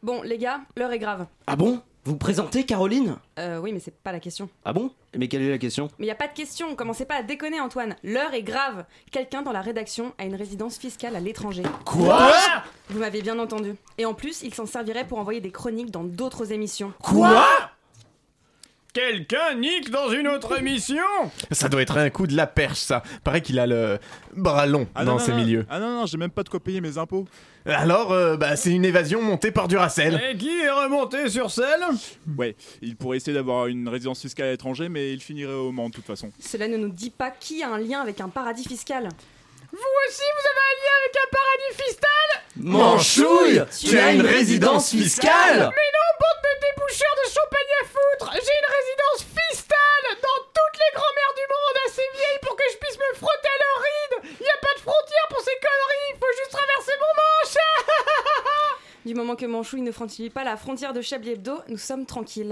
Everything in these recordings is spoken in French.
Bon, les gars, l'heure est grave. Ah bon ? Vous présentez Caroline ? Oui, mais c'est pas la question. Ah bon ? Mais quelle est la question ? Mais y a pas de question, commencez pas à déconner, Antoine. L'heure est grave. Quelqu'un dans la rédaction a une résidence fiscale à l'étranger. Quoi ? Vous m'avez bien entendu. Et en plus, il s'en servirait pour envoyer des chroniques dans d'autres émissions. Quoi ? Quelqu'un nique dans une autre émission ? Ça doit être un coup de la perche, ça. Paraît qu'il a le bras long dans ces milieux. Ah non, j'ai même pas de quoi payer mes impôts. Alors, c'est une évasion montée par Duracell. Et qui est remonté sur selle ? Ouais, il pourrait essayer d'avoir une résidence fiscale à l'étranger, mais il finirait au Mans de toute façon. Cela ne nous dit pas qui a un lien avec un paradis fiscal. Vous aussi, vous avez un lien avec un paradis fiscal ? Manchouille ! Tu as une résidence fiscale ? Mais non, bande de déboucheurs de champagne à foutre ! J'ai une résidence fistale dans toutes les grand-mères du monde, assez vieille pour que je puisse me frotter à leurs rides. Y a pas de frontière pour ces conneries, faut juste traverser mon manche. Du moment que Manchouille ne franchit pas la frontière de Chablis Hebdo, nous sommes tranquilles.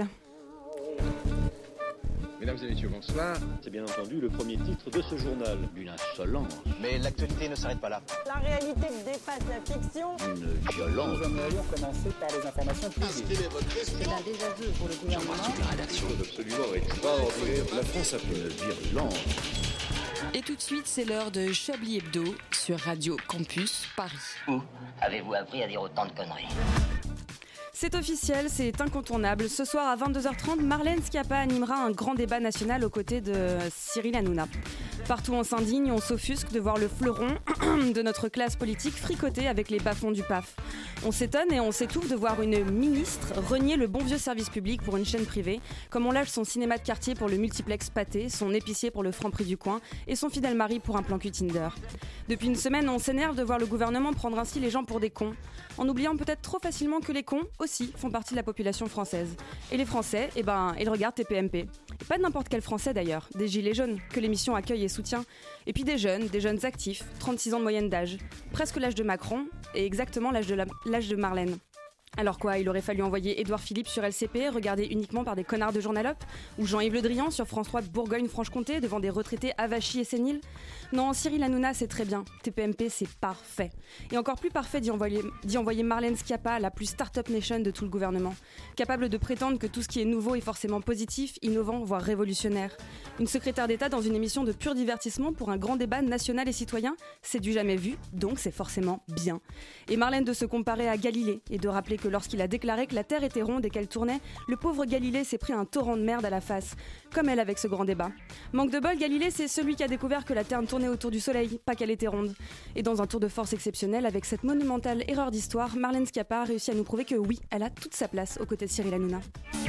Mesdames et messieurs, bonsoir. C'est bien entendu le premier titre de ce journal. Une insolence. Mais l'actualité ne s'arrête pas là. La réalité dépasse la fiction. Une violence. Nous aimerions commencer par les informations privées. C'est un désaveu pour le gouvernement. La rédaction est absolument extraordinaire. La France a fait une virulence. Et tout de suite, c'est l'heure de Chablis Hebdo sur Radio Campus Paris. Où avez-vous appris à dire autant de conneries ? C'est officiel, c'est incontournable. Ce soir à 22h30, Marlène Schiappa animera un grand débat national aux côtés de Cyril Hanouna. Partout on s'indigne, on s'offusque de voir le fleuron de notre classe politique fricoter avec les bas-fonds du PAF. On s'étonne et on s'étouffe de voir une ministre renier le bon vieux service public pour une chaîne privée, comme on lâche son cinéma de quartier pour le multiplex pâté, son épicier pour le Franprix du coin et son fidèle mari pour un plan cul Tinder. Depuis une semaine, on s'énerve de voir le gouvernement prendre ainsi les gens pour des cons, en oubliant peut-être trop facilement que les cons aussi font partie de la population française. Et les Français, ils regardent TPMP. Et pas n'importe quel Français d'ailleurs, des gilets jaunes, que l'émission accueille et soutient. Et puis des jeunes actifs, 36 ans de moyenne d'âge, presque l'âge de Macron, et exactement l'âge de Marlène. Alors quoi, il aurait fallu envoyer Édouard Philippe sur LCP, regardé uniquement par des connards de journalopes, ou Jean-Yves Le Drian sur France 3 de Bourgogne-Franche-Comté devant des retraités avachis et séniles. Non, Cyril Hanouna, c'est très bien. TPMP, c'est parfait. Et encore plus parfait d'y envoyer Marlène Schiappa, la plus start-up nation de tout le gouvernement. Capable de prétendre que tout ce qui est nouveau est forcément positif, innovant, voire révolutionnaire. Une secrétaire d'État dans une émission de pur divertissement pour un grand débat national et citoyen, c'est du jamais vu, donc c'est forcément bien. Et Marlène de se comparer à Galilée et de rappeler que lorsqu'il a déclaré que la Terre était ronde et qu'elle tournait, le pauvre Galilée s'est pris un torrent de merde à la face, comme elle avec ce grand débat. Manque de bol, Galilée, c'est celui qui a découvert que la Terre tournait autour du Soleil, pas qu'elle était ronde. Et dans un tour de force exceptionnel, avec cette monumentale erreur d'histoire, Marlène Schiappa a réussi à nous prouver que oui, elle a toute sa place aux côtés de Cyril Hanouna.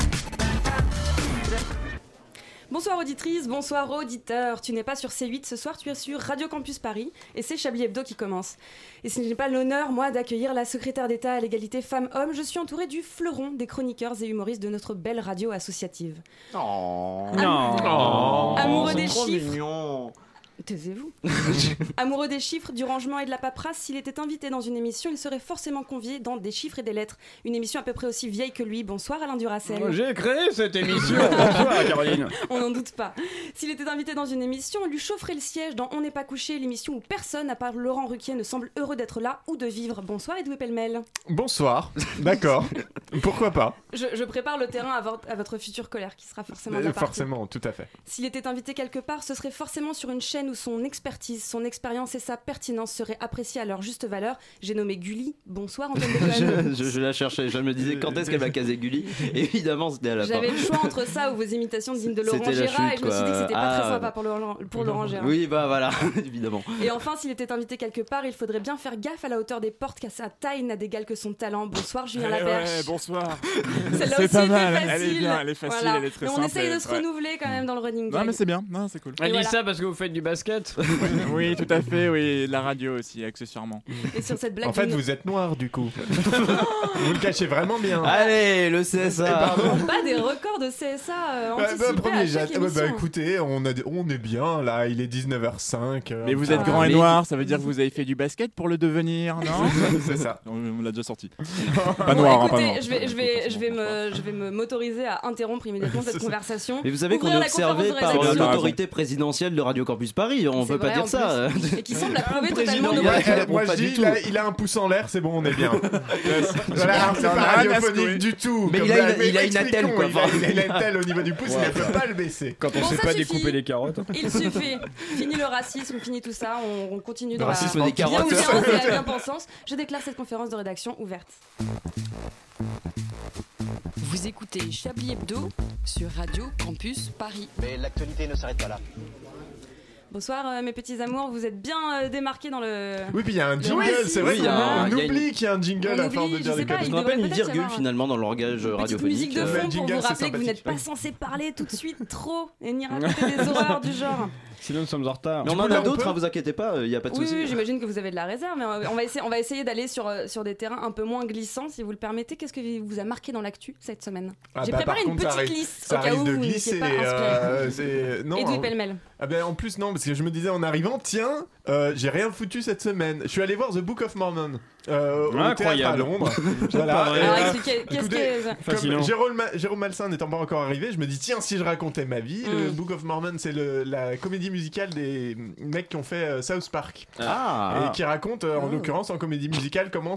Bonsoir auditrice, bonsoir auditeur. Tu n'es pas sur C8 ce soir, tu es sur Radio Campus Paris et c'est Chablis Hebdo qui commence. Et si je n'ai pas l'honneur, moi, d'accueillir la secrétaire d'État à l'égalité femmes-hommes, je suis entourée du fleuron des chroniqueurs et humoristes de notre belle radio associative. Oh. Amoureux des trop chiffres. Mignon. Taisez-vous. Amoureux des chiffres, du rangement et de la paperasse, s'il était invité dans une émission, il serait forcément convié dans Des chiffres et des lettres. Une émission à peu près aussi vieille que lui. Bonsoir Alain Duracell. J'ai créé cette émission. Bonsoir Caroline. On n'en doute pas. S'il était invité dans une émission, on lui chaufferait le siège dans On n'est pas couché, l'émission où personne, à part Laurent Ruquier, ne semble heureux d'être là ou de vivre. Bonsoir Edoué Pellemel. Bonsoir, d'accord, pourquoi pas. Je prépare le terrain à votre future colère qui sera forcément bien partie. Forcément, tout à fait. S'il était invité quelque part, ce serait forcément sur une chaîne où son expertise, son expérience et sa pertinence seraient appréciées à leur juste valeur. J'ai nommé Gulli. Bonsoir Antoine Decoenne. je la cherchais, je me disais quand est-ce qu'elle va caser Gulli. Évidemment, c'était à la fin. J'avais le choix entre ça ou vos imitations dignes de Laurent Gérard et je me suis dit que c'était pas très sympa pour Laurent Gérard. Oui, bah voilà, évidemment. Et enfin, s'il était invité quelque part, il faudrait bien faire gaffe à la hauteur des portes car sa taille n'a d'égal que son talent. Bonsoir Julien Laperche. Ouais, bonsoir. Celle-là c'est aussi pas mal. facile. Elle est bien, elle est facile, voilà. elle est très mais simple. on essaye de se renouveler quand même dans le running Non gag. mais c'est bien, non, c'est cool. Elle dit ça parce que vous faites du basket. Oui, tout à fait, oui, la radio aussi, accessoirement. Et sur cette blague En fait, vous êtes noir du coup. Vous le cachez vraiment bien. Allez, le CSA. On bat des records de CSA anticipés à chaque émission. Écoutez, on est bien là, il est 19h05. Mais vous êtes grand et noir, ça veut dire que vous avez fait du basket pour le devenir, non? C'est ça. On l'a déjà sorti. Pas noir, écoutez, pas noir. je vais m'autoriser à interrompre immédiatement cette conversation. Mais vous savez qu'on est observé par l'autorité présidentielle de Radio Campus Paris. On peut pas dire ça. Et qui semble approuver totalement nos Moi je dis, il a un pouce en l'air, c'est bon, on est bien. Voilà, c'est pas radiophonique du tout. Mais il a une attelle quoi. Il a une attelle au niveau du pouce, il ne peut pas le baisser. Quand on sait pas découper les carottes. Il suffit. Fini le racisme, fini tout ça, on continue dans le racisme des carottes. La bien-pensance. Je déclare cette conférence de rédaction ouverte. Vous écoutez Chablis Hebdo sur Radio Campus Paris. Mais l'actualité ne s'arrête pas là. Bonsoir mes petits amours, vous êtes bien démarqués dans le... Oui, puis il y a un jingle, c'est vrai qu'on oublie qu'il y a un jingle à force de dire les carottes. On appelle une virgule finalement dans le langage radiophonique. Musique de fond pour vous rappeler que vous n'êtes pas censé parler tout de suite trop et ni raconter des horreurs du genre. Sinon nous sommes en retard. Mais on en a d'autres, vous inquiétez pas, il n'y a pas de souci. Oui, j'imagine que vous avez de la réserve, mais on va essayer d'aller sur des terrains un peu moins glissants, si vous le permettez. Qu'est-ce que vous a marqué dans l'actu cette semaine? J'ai préparé une petite liste au cas où vous n'étiez pas inspiré. Edoui pêle-mêle. Ah ben en plus non, parce que je me disais en arrivant, tiens, j'ai rien foutu cette semaine. Je suis allé voir The Book of Mormon au théâtre à Londres. Voilà. Alors expliquez, qu'est-ce que... Comme Jérôme Malsain n'étant pas encore arrivé, je me dis tiens, si je racontais ma vie, le Book of Mormon c'est la comédie musicale des mecs qui ont fait South Park. Et qui raconte en l'occurrence en comédie musicale comment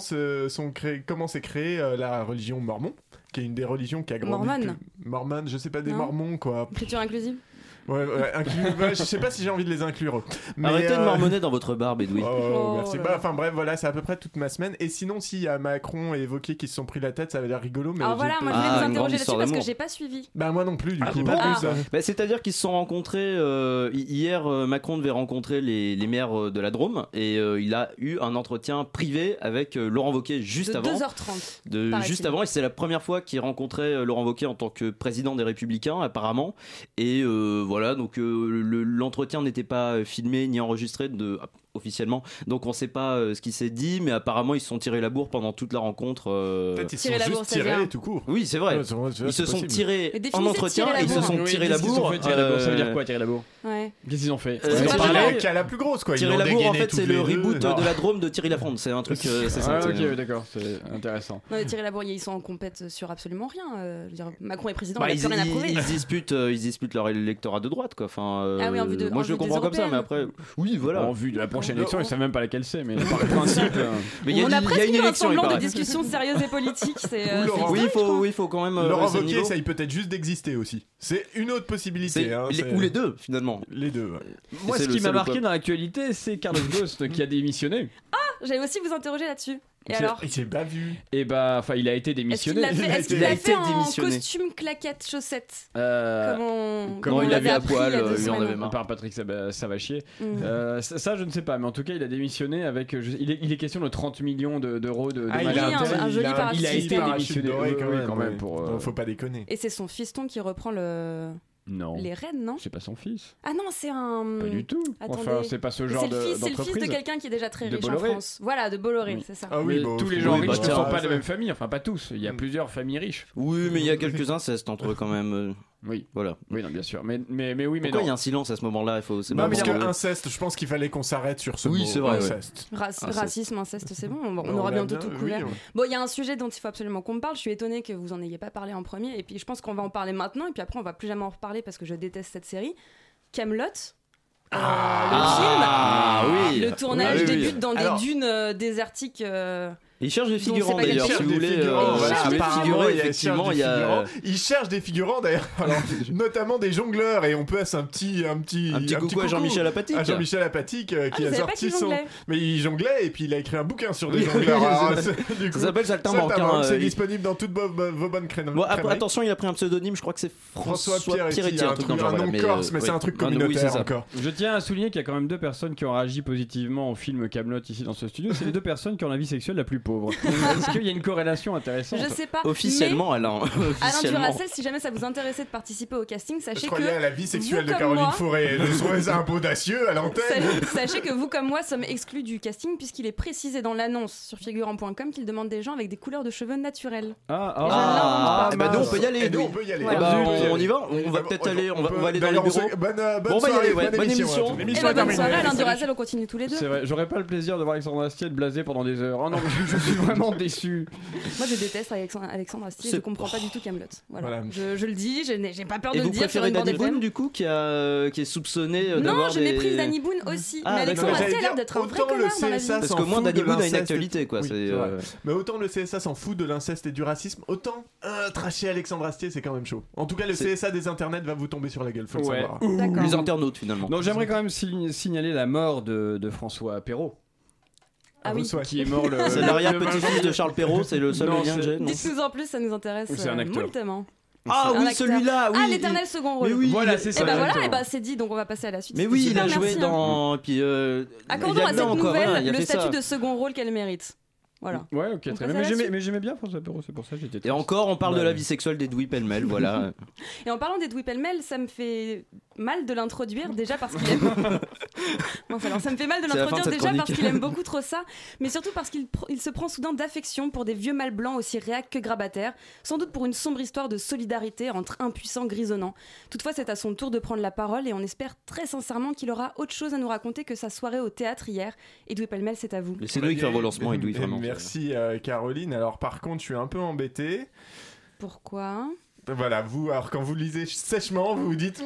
s'est créée la religion mormon, qui est une des religions qui a grandi. Mormon, je sais pas, des mormons quoi. Écriture inclusive. Ouais, je sais pas si j'ai envie de les inclure. Mais arrêtez de marmonner dans votre barbe, Edoui. Merci. Enfin bref, voilà, c'est à peu près toute ma semaine. Et sinon, s'il y a Macron et Évoqué qui se sont pris la tête, ça avait l'air rigolo. Mais alors voilà, moi je voulais vous interroger là-dessus parce que j'ai pas suivi. Bah moi non plus, du coup. C'est-à-dire qu'ils se sont rencontrés hier. Macron devait rencontrer les maires de la Drôme et il a eu un entretien privé avec Laurent Wauquiez juste avant. 2h30. Juste avant, et c'est la première fois qu'il rencontrait Laurent Wauquiez en tant que président des Républicains, apparemment. Et voilà, donc l'entretien n'était pas filmé ni enregistré officiellement, donc on sait pas ce qui s'est dit, mais apparemment ils se sont tirés la bourre pendant toute la rencontre. Peut-être ils se sont juste tirés tout court. Oui, c'est vrai. Ils se sont tirés en entretien et ils se sont tirés la bourre. Ça veut dire quoi, tirer la bourre? Qu'est-ce qu'ils ont fait? Ils ont parlé qu'à la plus grosse quoi. Tirer la bourre, en fait, c'est le reboot de la Drôme de Thierry Lafronde. C'est un truc. C'est ça. Ok, d'accord, c'est intéressant. Non, mais Thierry Labour, ils sont en compète sur absolument rien. Je veux dire, Macron est président, il n'a plus rien à prouver. Ils disputent leur électorat de droite quoi. Enfin, moi je le comprends comme ça, mais après, oui, voilà. En vue de la prochaine élection, ils savent même pas laquelle c'est, mais par principe. Mais on a presque eu un semblant de discussion sérieuse et politique. Oui, il faut quand même. Laurent Wauquiez essaye peut-être juste d'exister aussi. C'est une autre possibilité. Ou les deux, finalement. Les deux. Moi, ce qui m'a marqué dans l'actualité, c'est Carlos Ghosn qui a démissionné. Ah, j'allais aussi vous interroger là-dessus. Et alors? J'ai pas vu. Et bah, enfin, il a été démissionné. Est-ce qu'il l'a fait en costume, claquette, chaussettes? Comment il l'avait à poil, il en avait marre. Par Patrick Savachier. Ça, je ne sais pas, mais en tout cas, il a démissionné avec. Il est question de 30 millions d'euros de un joli parachute. Il a été démissionné quand même. Faut pas déconner. Et c'est son fiston qui reprend les rênes, non? C'est pas son fils. Ah non, c'est un... Pas du tout. Attendez. Enfin, c'est pas ce genre d'entreprise. C'est le fils de quelqu'un qui est déjà très riche en France. Voilà, de Bolloré, c'est ça. Ah oui, tous les gens riches ne sont pas de la même famille. Enfin, pas tous. Il y a plusieurs familles riches. Oui, mais il y a quelques incestes entre eux quand même. Oui, voilà. Oui, non, bien sûr. Mais oui, mais pourquoi il y a un silence à ce moment-là? Non, parce que inceste, je pense qu'il fallait qu'on s'arrête sur ce mot. Oui, c'est vrai. Inceste. Racisme, inceste, c'est bon. On aura bientôt tout couvert. Bon, il y a un sujet dont il faut absolument qu'on me parle. Je suis étonnée que vous en ayez pas parlé en premier. Et puis, je pense qu'on va en parler maintenant. Et puis après, on va plus jamais en reparler parce que je déteste cette série. Kaamelott. Le film. Le tournage débute dans des dunes désertiques. Il cherche des figurants d'ailleurs, si vous voulez. Il cherche des figurants d'ailleurs, notamment des jongleurs, et on passe un petit coucou à Jean-Michel Apathique. À Jean-Michel Apathique qui a sorti son. Mais il jonglait et puis il a écrit un bouquin sur des jongleurs. Ça s'appelle Saltimbanque. C'est disponible dans toutes vos bonnes crèmeries. Bon, attention, il a pris un pseudonyme, je crois que c'est François Pierretti, un truc dans le genre. Un nom corse, mais c'est un truc communautaire encore. Je tiens à souligner qu'il y a quand même deux personnes qui ont réagi positivement au film Kaamelott ici dans ce studio. C'est les deux personnes qui ont la vie sexuelle la plus pauvre. Est-ce qu'il y a une corrélation intéressante? Je sais pas. Officiellement, Alain. Alain Duracell, si jamais ça vous intéressait de participer au casting, sachez que. À la vie sexuelle de Caroline Fauré. Je trouvais ça un peu audacieux à l'antenne. Sachez que vous, comme moi, sommes exclus du casting puisqu'il est précisé dans l'annonce sur figurant.com qu'il demande des gens avec des couleurs de cheveux naturelles. Nous on peut y aller. On y va. On va peut-être aller. On va aller dans les bureaux. Bonne soirée, bonne émission. Bonne soirée, Alain Duracell, on continue tous les deux. C'est vrai. J'aurais pas le plaisir de voir Alexandre Astier blaser pendant des heures. Oh non, je suis vraiment déçu. Moi, je déteste Alexandre Astier. Je comprends pas du tout Kaamelott. Voilà. Je le dis, j'ai pas peur de et le dire sur vous une bande préférez Danny FM. Boone, du coup, qui est soupçonné d'avoir Non, je méprise Danny Boone aussi. Mais Alexandre Astier a l'air d'être un vrai connard dans la vie. Parce que moi, Danny Boone a une actualité, quoi. Mais autant le CSA s'en fout de l'inceste et du racisme, autant tracher Alexandre Astier, c'est quand même chaud. En tout cas, le CSA des internets va vous tomber sur la gueule, faut le savoir. Les internautes, finalement. Non, j'aimerais quand même signaler la mort de François Perrault. Ah oui. Qui est mort le. C'est l'arrière-petit-fils de Charles Perrault, c'est le seul lien que j'ai. Dites-nous en plus, ça nous intéresse moultement. Ah oui, celui-là, oui. Ah, l'éternel second rôle. Mais oui, voilà, c'est ça. Et bah voilà, et bah c'est dit, donc on va passer à la suite. Mais oui, il a joué dans. Puis. Accordons à cette nouvelle le statut de second rôle qu'elle mérite. Voilà. Ouais, ok, très bien. Mais j'aimais bien François Perrault, c'est pour ça que j'étais. Et encore, on parle de la vie sexuelle d'Edoui Pellemel, voilà. Et en parlant d'Edoui Pellemel, ça me fait mal de l'introduire déjà parce qu'il aime. Bon, alors ça me fait mal de l'introduire déjà parce qu'il aime beaucoup trop ça, mais surtout parce qu'il se prend soudain d'affection pour des vieux mâles blancs aussi réacs que grabataires, sans doute pour une sombre histoire de solidarité entre impuissants grisonnants. Toutefois, c'est à son tour de prendre la parole et on espère très sincèrement qu'il aura autre chose à nous raconter que sa soirée au théâtre hier. Edoui Pellemel, c'est à vous. Laissez-nous faire vos lancements, Edoui, vraiment. Merci Caroline. Alors par contre, je suis un peu embêté. Pourquoi ? Voilà, alors quand vous lisez sèchement, vous vous dites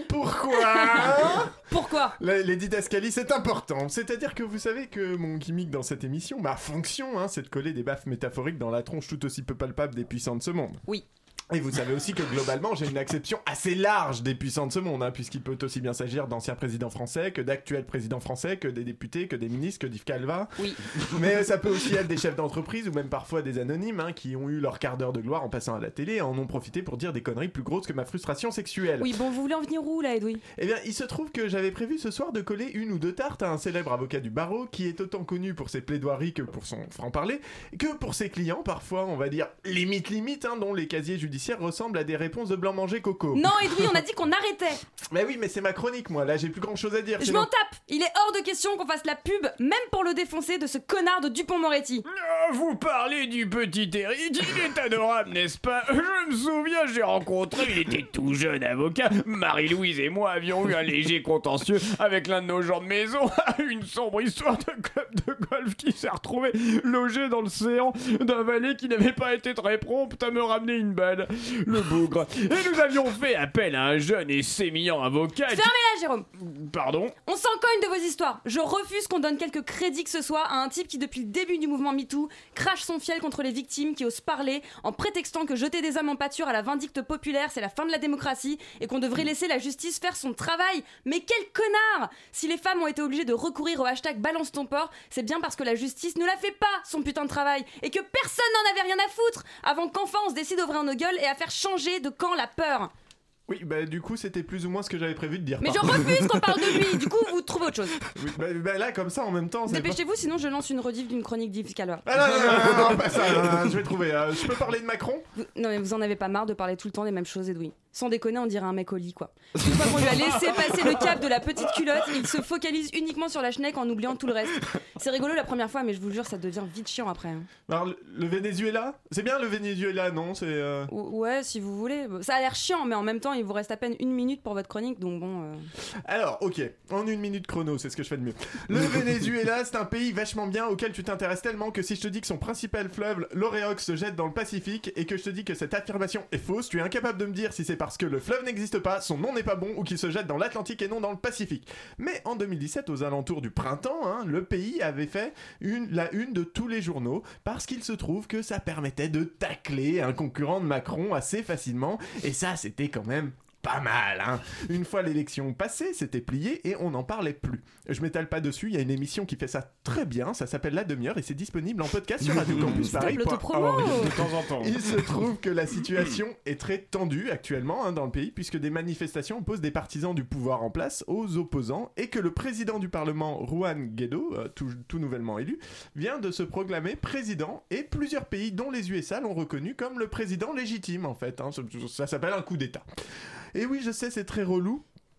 pourquoi Pourquoi les didascalies, c'est important. C'est-à-dire que vous savez que mon gimmick dans cette émission, ma fonction, c'est de coller des baffes métaphoriques dans la tronche tout aussi peu palpable des puissants de ce monde. Oui. Et vous savez aussi que globalement, j'ai une acception assez large des puissants de ce monde, puisqu'il peut aussi bien s'agir d'anciens présidents français, que d'actuels présidents français, que des députés, que des ministres, que d'Yves Calva. Oui. Mais ça peut aussi être des chefs d'entreprise ou même parfois des anonymes qui ont eu leur quart d'heure de gloire en passant à la télé et en ont profité pour dire des conneries plus grosses que ma frustration sexuelle. Oui, bon, vous voulez en venir où là, Edoui ? Eh bien, il se trouve que j'avais prévu ce soir de coller une ou deux tartes à un célèbre avocat du barreau qui est autant connu pour ses plaidoiries que pour son franc-parler, que pour ses clients, parfois, on va dire, limite, dont les casiers judiciaires ressemblent à des réponses de blanc-manger coco. Non, Edoui, on a dit qu'on arrêtait. Mais oui, mais c'est ma chronique, moi. Là, j'ai plus grand-chose à dire. Je m'en tape. Il est hors de question qu'on fasse la pub, même pour le défoncer, de ce connard de Dupond-Moretti. Vous parlez du petit Eric, il est adorable, n'est-ce pas ? Je me souviens, j'ai rencontré, il était tout jeune avocat. Marie-Louise et moi avions eu un léger contentieux avec l'un de nos gens de maison. Une sombre histoire de club de golf qui s'est retrouvé logé dans l'océan d'un valet qui n'avait pas été très prompt à me ramener une balle. Le bougre. Et nous avions fait appel à un jeune et sémillant avocat. Fermez-la, Jérôme. Pardon ? On s'en cogne de vos histoires. Je refuse qu'on donne quelques crédits que ce soit à un type qui, depuis le début du mouvement MeToo, crache son fiel contre les victimes qui osent parler en prétextant que jeter des hommes en pâture à la vindicte populaire, c'est la fin de la démocratie et qu'on devrait laisser la justice faire son travail. Mais quel connard ! Si les femmes ont été obligées de recourir au hashtag balance ton porc, c'est bien parce que la justice ne la fait pas, son putain de travail, et que personne n'en avait rien à foutre avant qu'enfin on se décide d'ouvrir nos gueules et à faire changer de camp la peur. Oui, bah du coup, c'était plus ou moins ce que j'avais prévu de dire. Mais je refuse qu'on parle de lui. Du coup, vous trouvez autre chose. Oui, bah là, comme ça, en même temps... Dépêchez-vous, sinon je lance une rediff d'une chronique d'Yves Calva. Ah non, pas ça, je vais trouver. Je peux parler de Macron ? Non, mais vous en avez pas marre de parler tout le temps des mêmes choses, Edoui. Sans déconner, on dirait un mec au lit, quoi. Une fois qu'on lui a laissé passer le cap de la petite culotte, il se focalise uniquement sur la schneck en oubliant tout le reste. C'est rigolo la première fois, mais je vous jure, ça devient vite chiant après. Alors, le Venezuela ? C'est bien le Venezuela, non ? C'est Ouais, si vous voulez. Ça a l'air chiant, mais en même temps, il vous reste à peine 1 minute pour votre chronique, donc bon... Alors, ok, en 1 minute chrono, c'est ce que je fais de mieux. Le Venezuela, c'est un pays vachement bien auquel tu t'intéresses tellement que si je te dis que son principal fleuve, l'Oréox, se jette dans le Pacifique et que je te dis que cette affirmation est fausse, tu es incapable de me dire si c'est parce que le fleuve n'existe pas, son nom n'est pas bon ou qu'il se jette dans l'Atlantique et non dans le Pacifique. Mais en 2017, aux alentours du printemps, le pays avait fait la une de tous les journaux parce qu'il se trouve que ça permettait de tacler un concurrent de Macron assez facilement et ça, c'était quand même pas mal, Une fois l'élection passée, c'était plié et on n'en parlait plus. Je m'étale pas dessus, il y a une émission qui fait ça très bien, ça s'appelle La Demi-heure et c'est disponible en podcast sur Radio Campus Paris. De temps en temps. Il se trouve que la situation est très tendue actuellement dans le pays puisque des manifestations opposent des partisans du pouvoir en place aux opposants et que le président du Parlement, Juan Guaidó, tout nouvellement élu, vient de se proclamer président et plusieurs pays, dont les USA, l'ont reconnu comme le président légitime en fait. Ça s'appelle un coup d'État. Et oui, je sais, c'est très relou.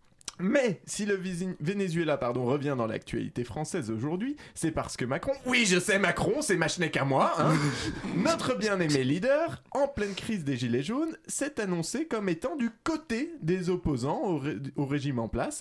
Mais si le Venezuela revient dans l'actualité française aujourd'hui, c'est parce que Macron, oui je sais Macron, c'est ma schneck à moi, notre bien-aimé leader, en pleine crise des Gilets jaunes, s'est annoncé comme étant du côté des opposants au régime en place, et les a encouragés à tenir bon contre leur président.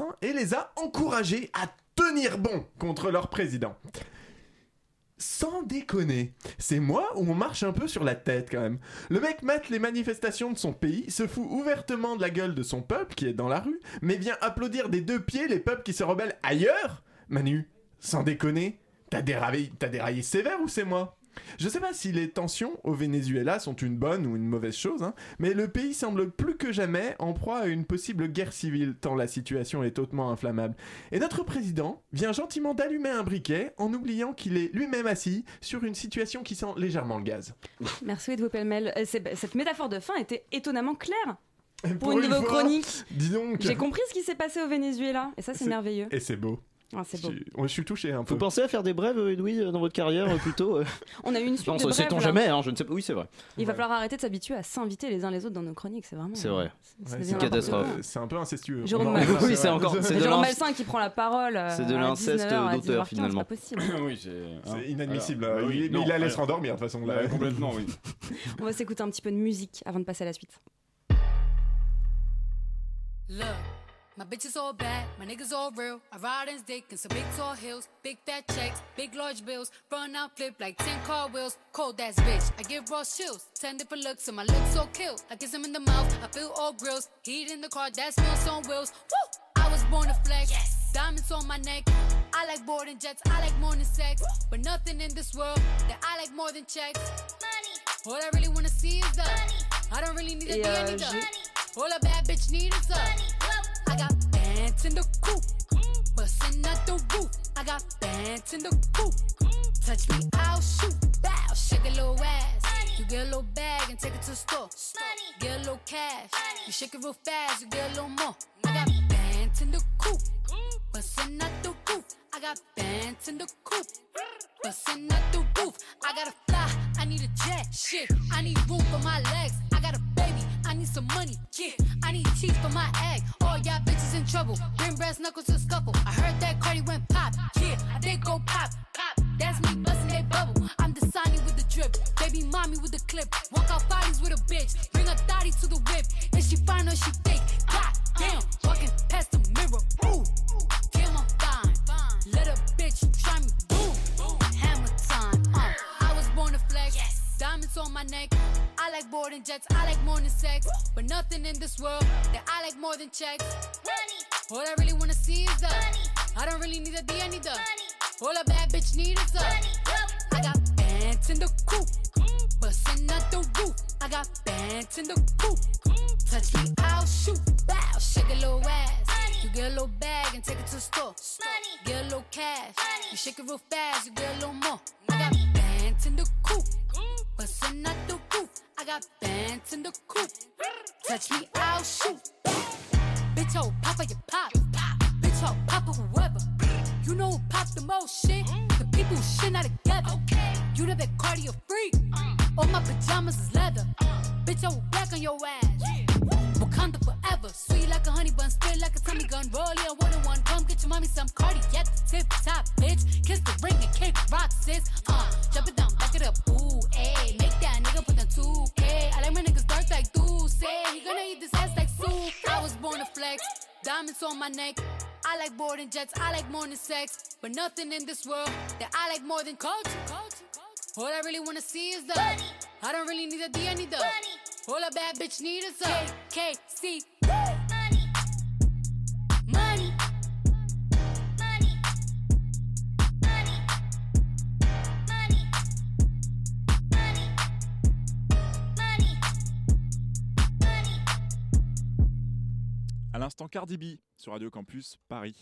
Sans déconner, c'est moi ou on marche un peu sur la tête quand même? Le mec mate les manifestations de son pays, se fout ouvertement de la gueule de son peuple qui est dans la rue, mais vient applaudir des 2 pieds les peuples qui se rebellent ailleurs? Manu, sans déconner, t'as déraillé sévère ou c'est moi? Je sais pas si les tensions au Venezuela sont une bonne ou une mauvaise chose, hein, mais le pays semble plus que jamais en proie à une possible guerre civile, tant la situation est hautement inflammable. Et notre président vient gentiment d'allumer un briquet en oubliant qu'il est lui-même assis sur une situation qui sent légèrement le gaz. Merci de vos pêle-mêle. Cette métaphore de fin était étonnamment claire. Pour une nouvelle chronique. Dis donc. J'ai compris ce qui s'est passé au Venezuela, et ça c'est merveilleux. Et c'est beau. Ah, c'est beau. Je suis touché un peu. Vous pensez à faire des brèves, Edoui, dans votre carrière plutôt On a eu une suite non, de brèves. Sait-on jamais, hein, je ne sais pas. Oui, c'est vrai. Il va falloir arrêter de s'habituer à s'inviter les uns les autres dans nos chroniques, c'est vraiment. C'est vrai. C'est une catastrophe. C'est un peu incestueux. Jérôme Malsain qui prend la parole. C'est de l'inceste d'auteur finalement. C'est pas possible. Oui, c'est inadmissible. Il la laisse endormir de toute façon. Complètement, oui. On va s'écouter un petit peu de musique avant de passer à la suite. My bitch is all bad, my niggas all real. I ride in dick in some big tall hills, big fat checks, big large bills. Run out, flip like 10 car wheels. Cold ass bitch, I give raw chills. 10 different looks, and my looks so kill. I kiss him in the mouth, I feel all grills. Heat in the car, that smells on wheels. Woo! I was born to flex, yes. Diamonds on my neck. I like boarding jets, I like more than sex. Woo! But nothing in this world that I like more than checks. Money. All I really wanna see is the money. I don't really need a D, all a bad bitch need is the money. I got bands in the coop, bustin' at the roof. I got bands in the coop. Touch me, I'll shoot. Bow, shake a little ass. You get a little bag and take it to the store. Get a little cash. You shake it real fast, you get a little more. I got bands in the coop, bustin' at the roof. I got bands in the coop, bustin' at the roof. I gotta fly, I need a jet. Shit, I need room for my legs. I got a baby, I need some money. Yeah, I need teeth for my egg. All y'all bitches in trouble. Bring brass knuckles to scuffle. I heard that Cardi went pop. Yeah, I did go pop. Pop. That's me busting that bubble. I'm the Sonny with the drip. Baby mommy with the clip. Walk out bodies with a bitch. Bring her thotty to the whip. Is she fine or she thick? God damn, walking past the mirror. Ooh, damn, I'm fine. Let a bitch try me. Boom, hammer time. I was born to flex. Yes. Diamonds on my neck. I like boarding jets, I like more than sex. But nothing in this world that I like more than checks. Money. All I really wanna see is the money. I don't really need a D, I need the money. All a bad bitch need is the money. I got bands in the coop, bustin' at the roof. I got bands in the coop. Touch me, I'll shoot. Bow, shake a little ass. You get a little bag and take it to the store. Get a little cash. You shake it real fast, you get a little more. I got bands in the coop, bustin' at the roof. I got bands in the coop. Touch me, I'll shoot. Bitch, oh, papa, you pop. Bitch, oh, papa, whoever. You know who pop the most shit? The people who shit not together. You know that cardio freak. All my pajamas is leather. Bitch, I will black on your ass. Wakanda forever. Sweet like a honey bun, spit like a tummy gun. Roll it on 101. Come get your mommy some Cardi at the tip top, bitch. Kiss the ring and kick rock, sis. Jump it down, back it up. Ooh, ayy. Make that nigga put the 2K. I like my niggas dark like Say he gonna eat this ass like soup. I was born to flex. Diamonds on my neck. I like boarding jets, I like more than sex. But nothing in this world that I like more than culture. All I really wanna see is the money. I don't really need a D, I need the money. All a bad bitch need is a KKC. Money. Money. Money. Money. Money. Money. Money. Money. À l'instant, Cardi B sur Radio Campus Paris.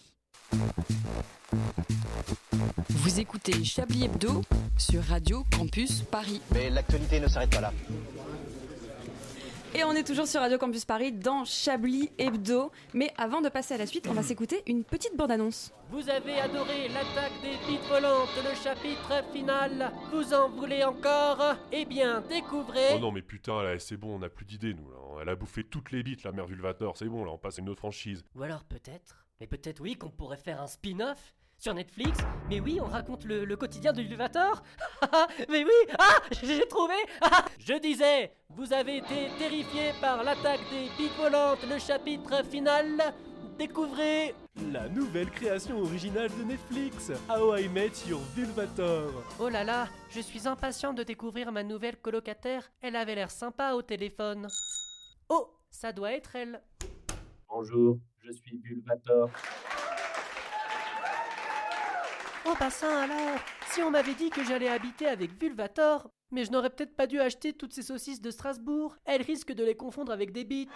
Vous écoutez Chablis Hebdo sur Radio Campus Paris. Mais l'actualité ne s'arrête pas là. Et on est toujours sur Radio Campus Paris dans Chablis Hebdo. Mais avant de passer à la suite, on va s'écouter une petite bande-annonce. Vous avez adoré l'attaque des bites volantes, le chapitre final. Vous en voulez encore? Eh bien, découvrez... Oh non mais putain, là, c'est bon, on n'a plus d'idées nous. Là. Elle a bouffé toutes les bites, la mère Vulvator. C'est bon, là, on passe à une autre franchise. Ou alors peut-être, mais peut-être oui, qu'on pourrait faire un spin-off sur Netflix. Mais oui, on raconte le quotidien de Vulvator. Mais oui, j'ai trouvé. Je disais, vous avez été terrifié par l'attaque des bites volantes, le chapitre final. Découvrez la nouvelle création originale de Netflix, How I Met Your Vulvator. Oh là là, je suis impatiente de découvrir ma nouvelle colocataire. Elle avait l'air sympa au téléphone. Oh, ça doit être elle. Bonjour, je suis Vulvator. Oh bah ça alors, si on m'avait dit que j'allais habiter avec Vulvator, mais je n'aurais peut-être pas dû acheter toutes ces saucisses de Strasbourg. Elles risquent de les confondre avec des bites.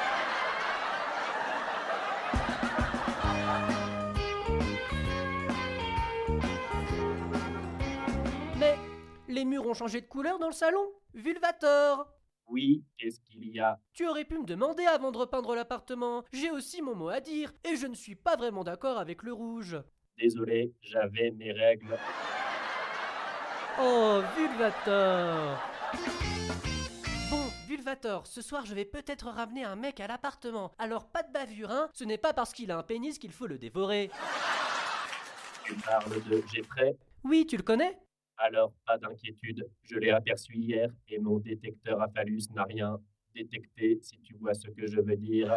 Mais les murs ont changé de couleur dans le salon. Vulvator. Oui, qu'est-ce qu'il y a? Tu aurais pu me demander avant de repeindre l'appartement. J'ai aussi mon mot à dire, et je ne suis pas vraiment d'accord avec le rouge. Désolé, j'avais mes règles. Oh, Vulvator. Bon, Vulvator, ce soir je vais peut-être ramener un mec à l'appartement. Alors pas de bavure, hein. Ce n'est pas parce qu'il a un pénis qu'il faut le dévorer. Tu parles de Jeffrey? Oui, tu le connais? Alors, pas d'inquiétude, je l'ai aperçu hier et mon détecteur à phallus n'a rien détecté, si tu vois ce que je veux dire.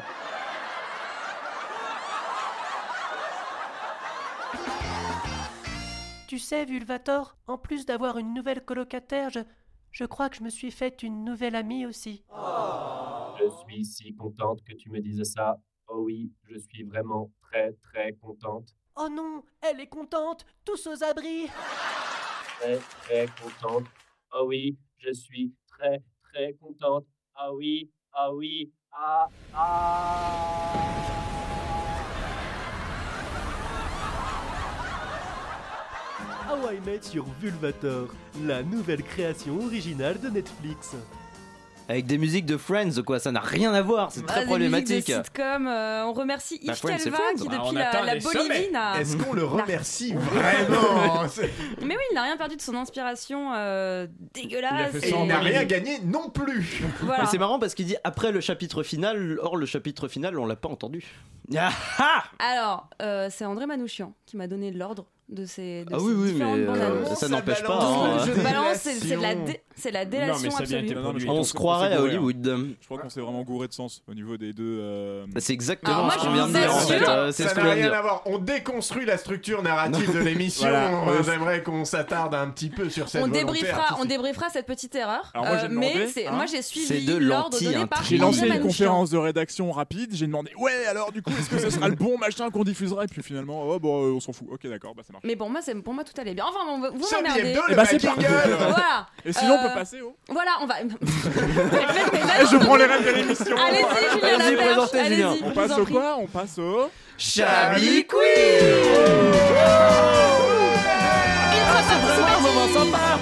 Tu sais, Vulvator, en plus d'avoir une nouvelle colocataire, je crois que je me suis faite une nouvelle amie aussi. Je suis si contente que tu me dises ça. Oh oui, je suis vraiment très très contente. Oh non, elle est contente, tous aux abris. Très très contente. Oh oui, je suis très très contente. Ah oui, ah oui, ah ah. How I Met Your Vulvator, la nouvelle création originale de Netflix. Avec des musiques de Friends, quoi, ça n'a rien à voir, c'est très problématique. Des sitcoms, on remercie Yves Calva qui depuis la Bolivie n'a... Est-ce qu'on le remercie vraiment? Mais oui, il n'a rien perdu de son inspiration dégueulasse. Et il n'a rien gagné non plus. Voilà. Mais c'est marrant parce qu'il dit après le chapitre final, or le chapitre final on l'a pas entendu. Alors, c'est André Manouchian qui m'a donné l'ordre de ces oui, différentes bandes annonces. ça n'empêche pas. Donc, je balance, c'est la délation absolue. On se croirait à Hollywood. Je crois qu'on s'est vraiment gouré de sens au niveau des deux. C'est exactement ce qu'on vient de dire en fait. Ça n'a rien à voir. On déconstruit la structure narrative de l'émission. Voilà. J'aimerais qu'on s'attarde un petit peu sur cette on débriefera cette petite erreur. Alors, moi j'ai suivi l'ordre donné par J'ai lancé une conférence de rédaction rapide. J'ai demandé alors du coup est-ce que ce sera le bon machin qu'on diffusera et puis finalement on s'en fout. Ok d'accord, ça marche. Mais pour moi tout allait bien. Enfin vous m'emmerdez. C'est parti. Voilà. Et sinon on peut passer au. Voilà, on va. Je prends les rênes de l'émission. Allez-y, présentez Julien. On passe au quoi? On passe au Chablis Quiz. C'est un moment sympa.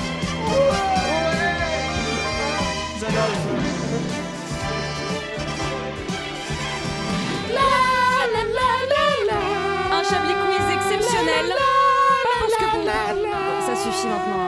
Un Chablis Quiz exceptionnel. Pas parce que ça suffit maintenant.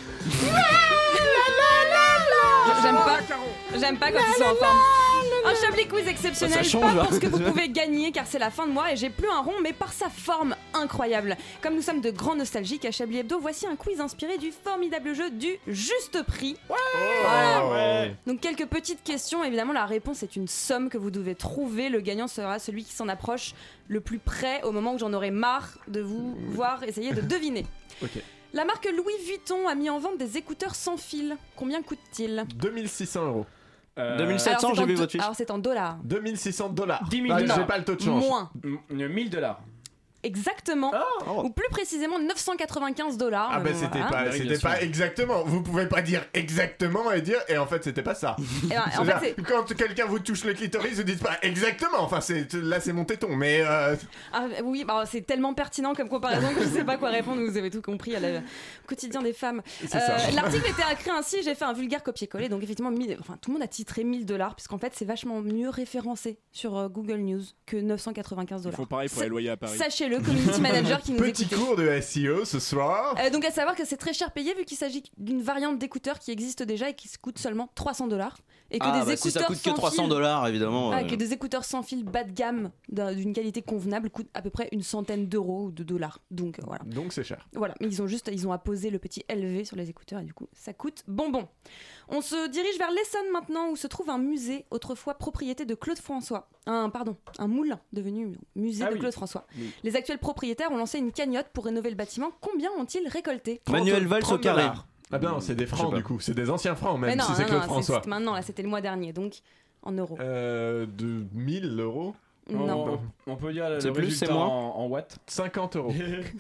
J'aime pas quand ils sont en forme. Un Chablis Quiz exceptionnel, pas pour ce que vous pouvez gagner car c'est la fin de mois et j'ai plus un rond, mais par sa forme incroyable. Comme nous sommes de grands nostalgiques à Chablis Hebdo, voici un quiz inspiré du formidable jeu du juste prix. Donc quelques petites questions, évidemment la réponse est une somme que vous devez trouver. Le gagnant sera celui qui s'en approche le plus près au moment où j'en aurai marre de vous voir essayer de deviner. La marque Louis Vuitton a mis en vente des écouteurs sans fil. Combien coûtent-ils? 2600 €. 2700, j'ai vu votre fiche. Alors c'est en dollars. 2600 $. 10 000 $. J'ai pas le taux de change. Moins. 1 000 $. Exactement. Ou plus précisément 995 $. Ah bah c'était pas exactement. Vous pouvez pas dire exactement et en fait c'était pas ça. En fait, quand quelqu'un vous touche le clitoris, vous dites pas exactement. Enfin là c'est mon téton, mais. Oui, c'est tellement pertinent comme comparaison que je sais pas quoi répondre. Vous avez tout compris au quotidien des femmes. L'article était écrit ainsi. J'ai fait un vulgaire copier-coller. Donc effectivement, tout le monde a titré 1 000 $, puisqu'en fait c'est vachement mieux référencé sur Google News que 995 $. Il faut pareil pour les loyers à Paris. Sachez-le. le community manager qui nous Petit écoutait. cours de SEO ce soir. Donc à savoir que c'est très cher payé vu qu'il s'agit d'une variante d'écouteurs qui existe déjà et qui coûte seulement $300 et que des écouteurs si ça coûte que sans fil, $300 évidemment. que des écouteurs sans fil bas de gamme d'une qualité convenable coûtent à peu près une centaine d'euros ou de dollars. Donc voilà. Donc c'est cher. Voilà, mais ils ont apposé le petit LV sur les écouteurs et du coup ça coûte bonbon. On se dirige vers l'Essonne maintenant où se trouve un musée autrefois propriété de Claude François. Un moulin devenu musée de Claude François. Oui. Les actuels propriétaires ont lancé une cagnotte pour rénover le bâtiment. Combien ont-ils récolté? Manuel Valls au carré. Ah ben non, c'est des francs du coup, c'est des anciens francs même non, si c'est Claude François. C'est maintenant, là c'était le mois dernier, donc en euros. De 1000 euros. Non. On peut dire le c'est plus, résultat c'est moins en watts. 50 euros.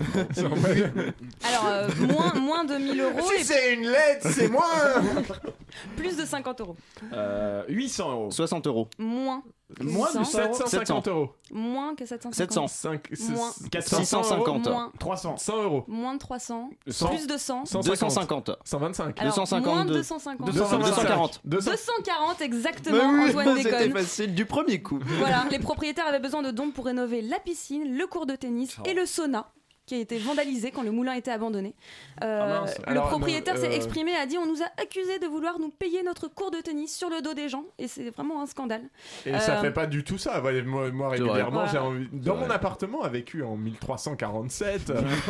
Alors, moins de 1000 euros. Si c'est une lettre, c'est moins. Plus de 50 euros. 800 euros. 60 euros. Moins de 750 euros. Moins que 750. 700. Moins. 650. Moins. 300. 100 euros. Moins de 300. 100. Plus de 100. 250. 125. Alors, 252. moins de 250. 240. 240 exactement. Antoine déconne. C'était facile du premier coup. Voilà, les propriétaires avaient besoin de dons pour rénover la piscine, le cours de tennis et le sauna qui a été vandalisé quand le moulin était abandonné. Le propriétaire s'est exprimé et a dit: on nous a accusés de vouloir nous payer notre cours de tennis sur le dos des gens et c'est vraiment un scandale. Et ça fait pas du tout ça. Moi régulièrement, j'ai envie... dans mon appartement a vécu en 1347.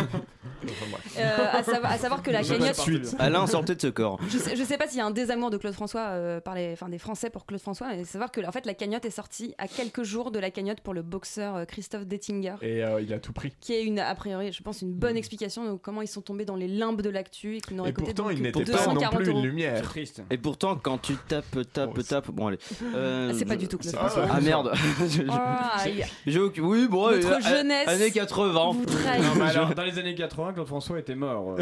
À savoir que la cagnotte. Alain sortait de ce corps. Je sais pas s'il y a un désamour de Claude François des Français pour Claude François, mais savoir que en fait la cagnotte est sortie à quelques jours de la cagnotte pour le boxeur Christophe Dettinger. Et il a tout pris. Qui est a priori, je pense, une bonne explication de comment ils sont tombés dans les limbes de l'actu et qu'ils n'auraient coûté pourtant, donc il n'était pas non plus une lumière. C'est triste. Et pourtant, quand tu tapes, bon allez. C'est pas du tout Claude François. Ah merde. Oui, bon. Notre jeunesse. Années 80. Non, mais alors, dans les années 80, Claude François était mort.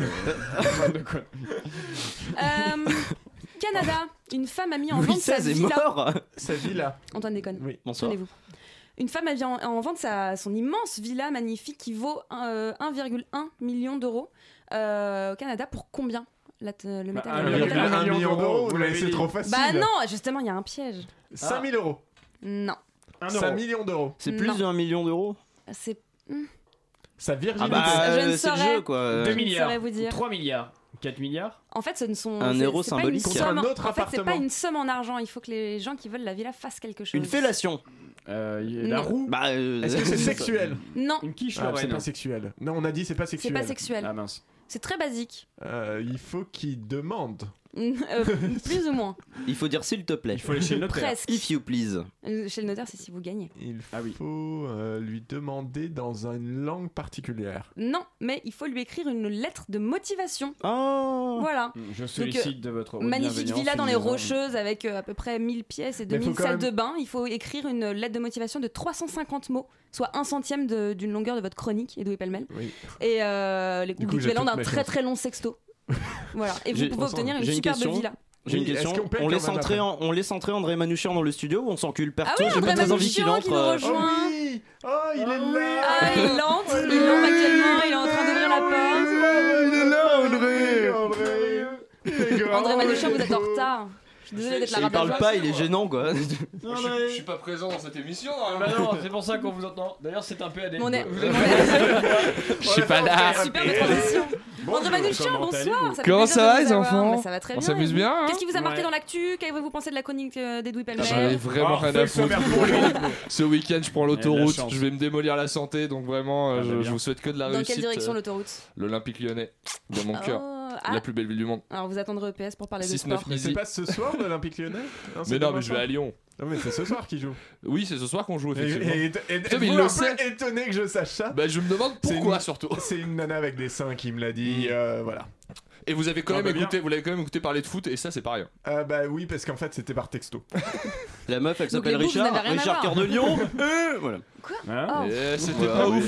Canada, une femme a mis en vente sa XVI est villa. mort. Sa villa. Antoine déconne. Oui. Bonsoir. Tenez-vous. Une femme a mis en vente son immense villa magnifique qui vaut 1,1 million d'euros au Canada. Pour combien le métal 1 million d'euros, c'est trop facile. Bah non, justement, il y a un piège. 5 000 euros. Non. 5 millions d'euros. C'est plus d'1 million d'euros. C'est. Sa virginité. Je ne c'est le saurais. jeu quoi. 2 milliards. saurais vous dire. 3 milliards. 4 milliards. En fait, ce ne sont. Un euro c'est pas symbolique. une somme, Un autre en fait, c'est pas appartement. une somme en argent. Il faut que les gens qui veulent la villa fassent quelque chose. Une fellation. La roue. Est-ce que c'est sexuel? Non. Une quiche. C'est pas sexuel. Non, on a dit c'est pas sexuel. C'est pas sexuel. Ah mince. C'est très basique. Il faut qu'il demande. Plus ou moins. Il faut dire s'il te plaît. Il faut aller chez le notaire. Presque. If you please. Chez le notaire, c'est si vous gagnez. Il faut lui demander dans une langue particulière. Non, mais il faut lui écrire une lettre de motivation. Oh. Voilà. Je sollicite de votre magnifique villa dans les Rocheuses avec à peu près 1000 pièces et 2000 salles de bain. Il faut écrire une lettre de motivation de 350 mots, soit 1/100 d'une longueur de votre chronique, Edoui Pellemel. Oui. Et l'équivalent d'un très très long sexto. Voilà. Et vous pouvez obtenir une superbe villa. J'ai une question. On laisse entrer André Manouchian dans le studio ou on s'encule perso? Ah oui, J'ai pas très envie qu'il entre. Oh oui. Oh, il est là. Ah, il entre actuellement. Il est en train d'ouvrir la porte. Il est là, André. André Manouchian, vous êtes en retard. Je suis désolée d'être la Il parle pas, il est gênant quoi. Je suis pas présent dans cette émission. Bah non, c'est pour ça qu'on vous entend. D'ailleurs, c'est un PAD. Je suis pas là. Super transition. André Manouchian, bonsoir. Comment ça va les enfants? Ça va très bien. On s'amuse bien. Qu'est-ce qui vous a marqué dans l'actu? Qu'avez-vous pensé de la chronique d'Edoui Pellemel? J'en avais vraiment rien à foutre. Ce week-end, je prends l'autoroute. Je vais me démolir la santé, donc vraiment, je vous souhaite que de la réussite. Dans quelle direction l'autoroute? L'Olympique Lyonnais, dans mon cœur. La plus belle ville du monde. Alors vous attendrez EPS pour parler de sport. Mais c'est pas ce soir l'Olympique Lyonnais? Mais non, mais je vais à Lyon. Non mais c'est ce soir qu'ils jouent. Oui, c'est ce soir qu'on joue effectivement. Putain, mais il le sait. Étonné que je sache ça. Bah je me demande pourquoi surtout. C'est une nana avec des seins qui me l'a dit. Voilà. Et vous avez quand même écouté, vous l'avez quand même écouté parler de foot et ça c'est pas rien. Bah oui parce qu'en fait c'était par texto. La meuf elle s'appelle Richard Cœur de Lion. Voilà. Quoi? C'était pas ouf.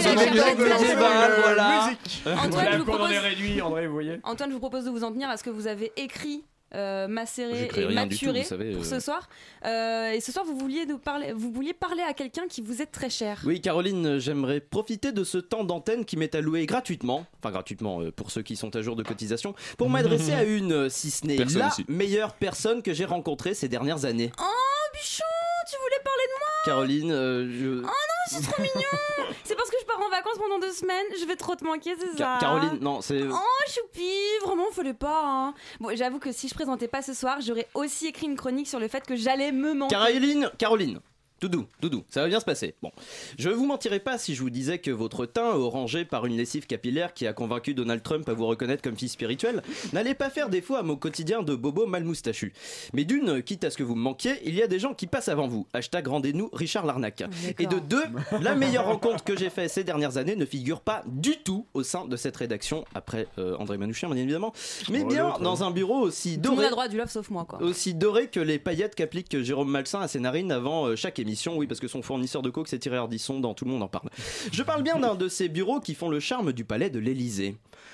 Voilà. Antoine, je vous propose. Réduit, André, vous voyez. Antoine, je vous propose de vous en tenir à ce que vous avez écrit. Macéré et maturé pour ce soir. Et ce soir, vous vouliez parler à quelqu'un qui vous est très cher. Oui, Caroline, j'aimerais profiter de ce temps d'antenne qui m'est alloué gratuitement, pour ceux qui sont à jour de cotisation, pour m'adresser à une, si ce n'est la meilleure personne que j'ai rencontrée ces dernières années. Oh, Bichon, tu voulais parler de moi? Caroline, Oh non, c'est trop mignon. C'est parce que je pars pars en vacances pendant 2 semaines, je vais trop te manquer, c'est ça. Caroline, non, c'est... Oh, choupi, vraiment, fallait pas. Hein. Bon, j'avoue que si je présentais pas ce soir, j'aurais aussi écrit une chronique sur le fait que j'allais me manquer. Caroline. Doudou, ça va bien se passer. Bon, je vous mentirais pas si je vous disais que votre teint, orangé par une lessive capillaire qui a convaincu Donald Trump à vous reconnaître comme fils spirituel, n'allait pas faire défaut à mon quotidien de bobo mal moustachu. Mais d'une, quitte à ce que vous me manquiez, il y a des gens qui passent avant vous. #rendez-nous Richard Larnac. Et de 2, la meilleure rencontre que j'ai faite ces dernières années ne figure pas du tout au sein de cette rédaction, après André Manouchian bien évidemment, mais bien dans un bureau aussi doré. Tout le monde a droit du love sauf moi, quoi. Aussi doré que les paillettes qu'applique Jérôme Malsain à ses narines avant chaque émission. Oui, parce que son fournisseur de coke c'est Thierry Ardisson, dans Tout le monde en parle. Je parle bien d'un de ces bureaux qui font le charme du palais de l'Élysée.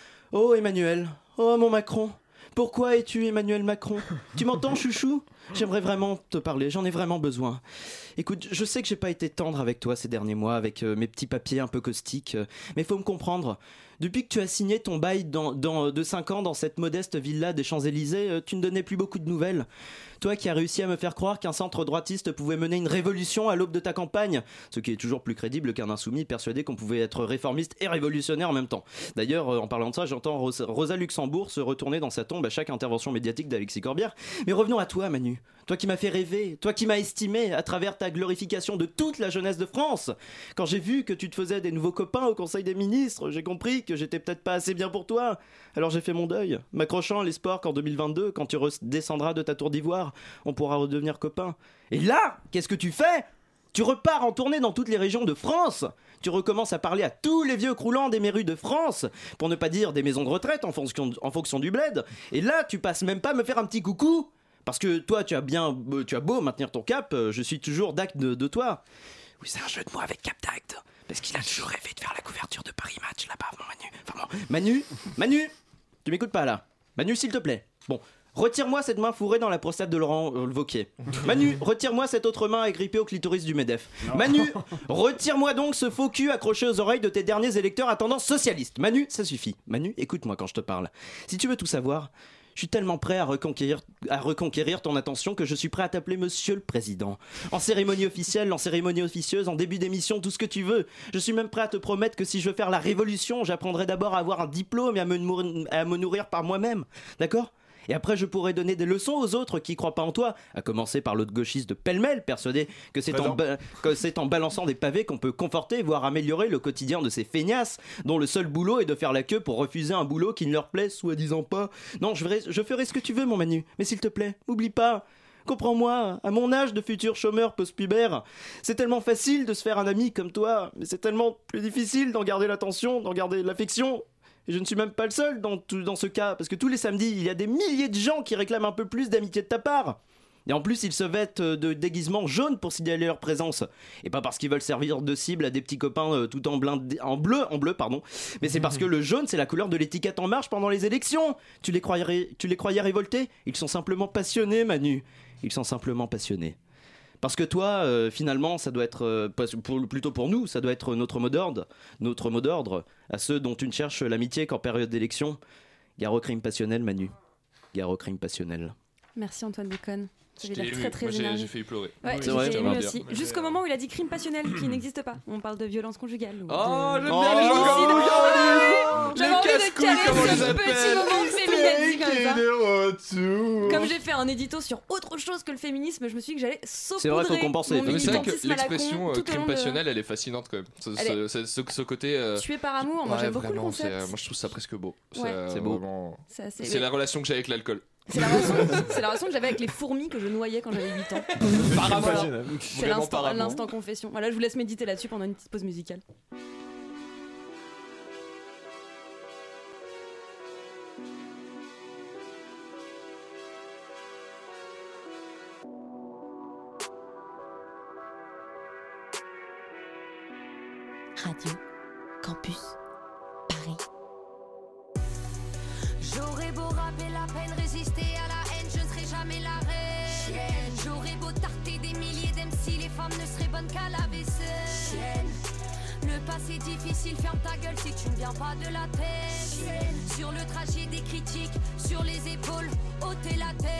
Oh Emmanuel, oh mon Macron, pourquoi es-tu Emmanuel Macron? Tu m'entends chouchou? J'aimerais vraiment te parler, j'en ai vraiment besoin. Écoute, je sais que j'ai pas été tendre avec toi ces derniers mois, avec mes petits papiers un peu caustiques, mais faut me comprendre. Depuis que tu as signé ton bail de 5 ans dans cette modeste villa des Champs-Élysées, tu ne donnais plus beaucoup de nouvelles. Toi qui as réussi à me faire croire qu'un centre droitiste pouvait mener une révolution à l'aube de ta campagne, ce qui est toujours plus crédible qu'un insoumis persuadé qu'on pouvait être réformiste et révolutionnaire en même temps. D'ailleurs, en parlant de ça, j'entends Rosa Luxembourg se retourner dans sa tombe à chaque intervention médiatique d'Alexis Corbière. Mais revenons à toi, Manu. Toi qui m'as fait rêver, toi qui m'as estimé à travers ta glorification de toute la jeunesse de France. Quand j'ai vu que tu te faisais des nouveaux copains au Conseil des ministres, j'ai compris que j'étais peut-être pas assez bien pour toi. Alors j'ai fait mon deuil, m'accrochant à l'espoir qu'en 2022, quand tu redescendras de ta tour d'ivoire, on pourra redevenir copains. Et là, qu'est-ce que tu fais? Tu repars en tournée dans toutes les régions de France. Tu recommences à parler à tous les vieux croulants des mairies de France, pour ne pas dire des maisons de retraite en fonction du bled. Et là, tu passes même pas me faire un petit coucou. Parce que toi, tu as beau maintenir ton cap, je suis toujours d'acte de toi. Oui, c'est un jeu de mots avec cap d'acte. Parce qu'il a toujours rêvé de faire la couverture de Paris Match là-bas, mon Manu. Enfin bon, Manu, tu m'écoutes pas là. Manu, s'il te plaît. Bon, retire-moi cette main fourrée dans la prostate de Laurent Wauquiez. Manu, retire-moi cette autre main agrippée au clitoris du MEDEF. Manu, retire-moi donc ce faux cul accroché aux oreilles de tes derniers électeurs à tendance socialiste. Manu, ça suffit. Manu, écoute-moi quand je te parle. Si tu veux tout savoir, je suis tellement prêt à reconquérir ton attention que je suis prêt à t'appeler Monsieur le Président. En cérémonie officielle, en cérémonie officieuse, en début d'émission, tout ce que tu veux. Je suis même prêt à te promettre que si je veux faire la révolution, j'apprendrai d'abord à avoir un diplôme et à me nourrir par moi-même. D'accord ? Et après, je pourrais donner des leçons aux autres qui croient pas en toi, à commencer par l'autre gauchiste de pêle-mêle, persuadé que c'est en balançant des pavés qu'on peut conforter, voire améliorer le quotidien de ces feignasses, dont le seul boulot est de faire la queue pour refuser un boulot qui ne leur plaît, soi-disant pas. Non, je ferai ce que tu veux, mon Manu, mais s'il te plaît, oublie pas. Comprends-moi, à mon âge de futur chômeur post-pubère, c'est tellement facile de se faire un ami comme toi, mais c'est tellement plus difficile d'en garder l'attention, d'en garder l'affection. Et je ne suis même pas le seul dans ce cas, parce que tous les samedis, il y a des milliers de gens qui réclament un peu plus d'amitié de ta part. Et en plus, ils se vêtent de déguisements jaunes pour signaler leur présence. Et pas parce qu'ils veulent servir de cible à des petits copains tout en bleu, mais c'est parce que le jaune, c'est la couleur de l'étiquette En Marche pendant les élections. Tu les croyais révoltés? Ils sont simplement passionnés, Manu. Ils sont simplement passionnés. Parce que toi, finalement, ça doit être, plutôt pour nous, ça doit être notre mot d'ordre à ceux dont tu ne cherches l'amitié qu'en période d'élection. Gare au crime passionnel, Manu. Gare au crime passionnel. Merci Antoine Déconne. J'avais l'air très énervé. J'ai failli pleurer. Ouais, j'ai ému aussi. Jusqu'au moment où il a dit crime passionnel qui n'existe pas. On parle de violence conjugale. Oh, j'aime bien les gens. J'avais envie de caler ce petit moment de féminisme comme ça. Comme j'ai fait un édito sur autre chose que le féminisme, je me suis dit que j'allais saupoudrer. C'est vrai, faut compenser. Mais c'est vrai que l'expression crime passionnel, elle est fascinante quand même. Ce côté. Tué par amour, moi j'aime beaucoup le concept. Moi je trouve ça presque beau. C'est beau. C'est la relation que j'ai avec l'alcool. C'est la relation que j'avais avec les fourmis que je noyais quand j'avais 8 ans. Voilà. C'est l'instant confession. Voilà, je vous laisse méditer là-dessus pendant une petite pause musicale. Radio Campus Paris. J'aurais beau rapper la peine, résister à la haine, je ne serai jamais la reine. J'aurais beau tarter des milliers d'MC, les femmes ne seraient bonnes qu'à la vaisselle. Le passé difficile, ferme ta gueule si tu ne viens pas de la tête. Sur le trajet des critiques, sur les épaules, ôter la tête.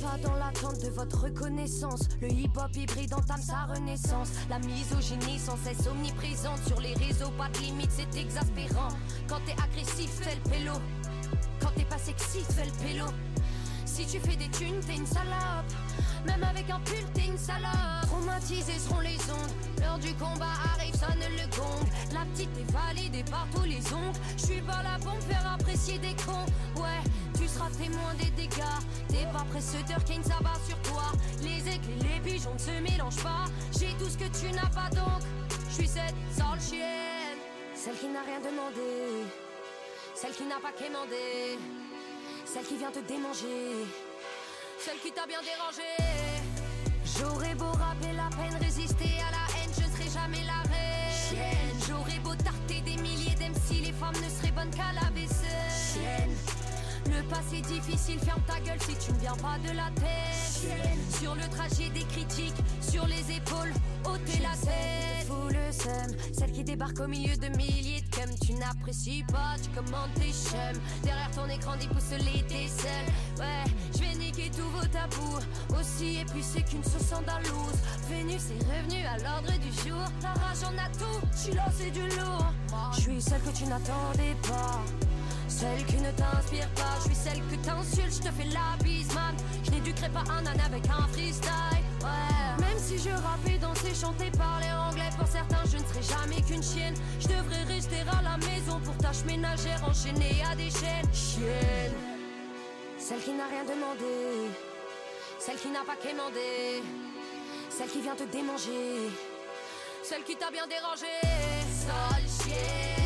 pas dans l'attente de votre reconnaissance. Le hip-hop hybride entame sa renaissance. La misogynie sans cesse omniprésente. Sur les réseaux, pas de limite, c'est exaspérant. Quand t'es agressif, fais le pélo. Quand t'es pas sexy, fais le pélo. Si tu fais des thunes, t'es une salope. Même avec un pull, t'es une salope. Traumatisés seront les ondes. L'heure du combat arrive, sonne le gong. La petite est validée par tous les ongles. J'suis pas là pour me faire apprécier des cons. Ouais, tu seras témoin des dégâts. T'es pas précédeur, Kane s'abat sur toi. Les aigles et les pigeons ne se mélangent pas. J'ai tout ce que tu n'as pas donc. J'suis cette sale chienne. Celle qui n'a rien demandé. Celle qui n'a pas quémandé. Celle qui vient te démanger. Celle qui t'a bien dérangé. J'aurais beau rapper la peine, résister à la haine, je serai jamais la reine. Chienne. J'aurais beau tarter des milliers d'MC, les femmes ne seraient bonnes qu'à la vaisselle. Chienne. Le passé difficile, ferme ta gueule si tu ne viens pas de la tête. Chienne. Sur le trajet des critiques, sur les épaules, ôter la tête. Fous le seum, celle qui débarque au milieu de milliers de cums. Tu n'apprécies pas, tu commandes tes chums. Derrière ton écran, des pouces les décèles. Ouais, je vais niquer tous vos tabous. Aussi épicé qu'une sauce andalouse. Vénus est revenue à l'ordre du jour. La rage en a tout, j'suis là c'est du lourd. J'suis celle que tu n'attendais pas. Celle qui ne t'inspire pas, je suis celle que t'insultes, je te fais la bise, man. Je n'éduquerai pas un âne avec un freestyle, ouais. Même si je rappe et danser, chanter, parler anglais, pour certains je ne serai jamais qu'une chienne. Je devrais rester à la maison pour tâches ménagères enchaînées à des chaînes. Chienne. Celle qui n'a rien demandé, celle qui n'a pas quémandé, celle qui vient te démanger, celle qui t'a bien dérangé. Sale chienne.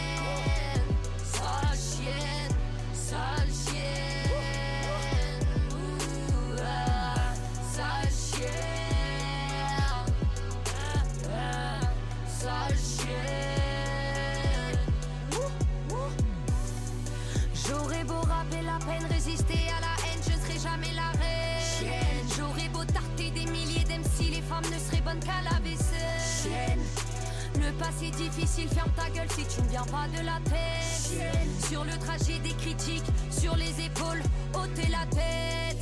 Sale chienne, sale chienne, ouh, sale chienne, sale chienne. J'aurais beau rapper la peine, résister à la haine, je ne serai jamais la reine. J'aurais beau tarter des milliers d'MC, les femmes ne seraient bonnes qu'à la vaisselle. Le passé difficile, ferme ta gueule si tu ne viens pas de la tête. Sur le trajet des critiques, sur les épaules, ôter la tête.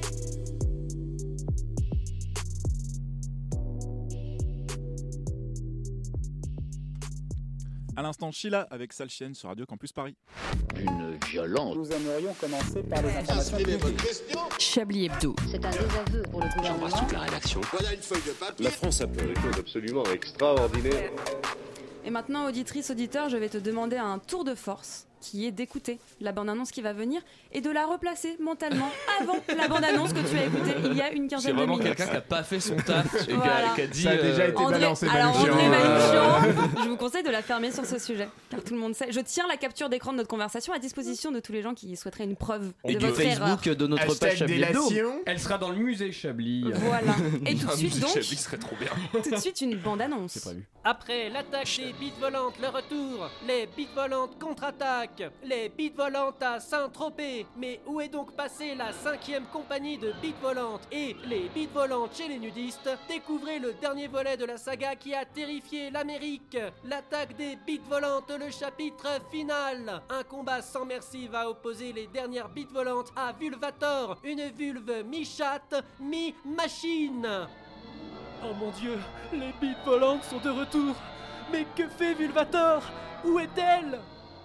À l'instant, Sheila avec Sale Chienne sur Radio Campus Paris. Une violence. Nous aimerions commencer par les informations publiques. Chablis Hebdo. C'est un désaveu pour le gouvernement. J'embrasse toute la rédaction. Voilà une feuille de papier. La France a fait des choses absolument extraordinaires. Et maintenant, auditrice, auditeur, je vais te demander un tour de force qui est d'écouter la bande-annonce qui va venir et de la replacer mentalement avant la bande-annonce que tu as écoutée il y a une quinzaine de minutes. C'est vraiment quelqu'un qui n'a pas fait son taf et voilà. qui a dit... Ça a déjà été balancé. Alors André Manouchian, je vous conseille de la fermer sur ce sujet, car tout le monde sait. Je tiens la capture d'écran de notre conversation à disposition de tous les gens qui souhaiteraient une preuve et de du votre Facebook erreur. de notre page Chablis Hebdo. Elle sera dans le musée Chablis. Voilà. Et tout de suite donc, Chablis serait trop bien. tout de suite une bande-annonce. C'est prévu. Après l'attaque des bites volantes, le retour. Les bites volantes contre-attaquent. Les bites volantes à Saint-Tropez. Mais où est donc passée la 5e compagnie de bites volantes et les bites volantes chez les nudistes? Découvrez le dernier volet de la saga qui a terrifié l'Amérique. L'attaque des bites volantes, le chapitre final. Un combat sans merci va opposer les dernières bites volantes à Vulvator, une vulve mi-chatte, mi-machine. Oh mon Dieu, les bites volantes sont de retour. Mais que fait Vulvator? Où est-elle?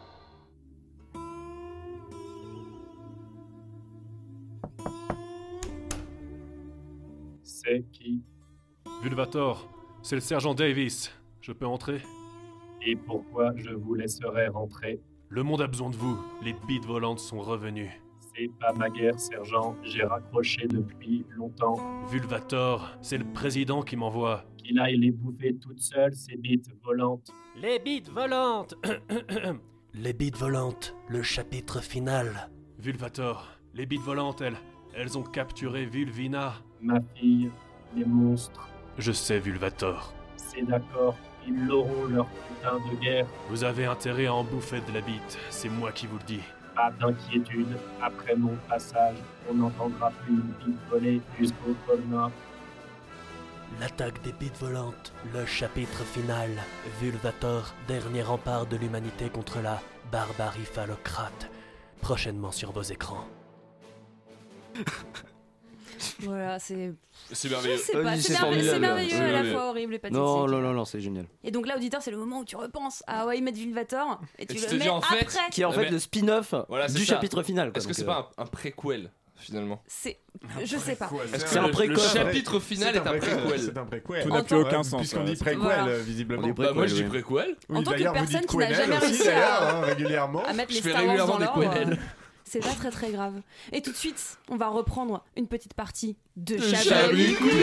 C'est qui? Vulvator, c'est le sergent Davis. Je peux entrer? Et pourquoi je vous laisserai rentrer? Le monde a besoin de vous. Les bites volantes sont revenues. C'est pas ma guerre, sergent. J'ai raccroché depuis longtemps. Vulvator, c'est le président qui m'envoie. Qu'il aille les bouffer toute seule, ces bites volantes. Les bites volantes. Les bites volantes, le chapitre final. Vulvator, les bites volantes, elles ont capturé Vulvina. Ma fille, les monstres. Je sais, Vulvator. C'est d'accord, ils l'auront leur putain de guerre. Vous avez intérêt à en bouffer de la bite, c'est moi qui vous le dis. Pas d'inquiétude, après mon passage, on n'entendra plus une bite voler jusqu'au pôle Nord. L'attaque des bites volantes, le chapitre final. Vulvator, dernier rempart de l'humanité contre la barbarie phallocrate. Prochainement sur vos écrans. Voilà, c'est merveilleux. Je sais pas, c'est merveilleux à la fois horrible et pathétique. Non, c'est génial. Et donc là, auditeur, c'est le moment où tu repenses à How I Met Vilvator et tu te le mets dis, en fait, après. Qui est en fait le spin-off du chapitre final. Est-ce que c'est pas un préquel finalement? Je sais pas. Est-ce que le chapitre final est un préquel? C'est un préquel. Tout n'a plus aucun sens. Puisqu'on dit préquel, visiblement. Moi je dis préquel. En tant que personne qui n'a jamais réussi régulièrement à mettre les Star Wars dans l'ordre, c'est pas très très grave. Et tout de suite, on va reprendre une petite partie de Chablis Quiz.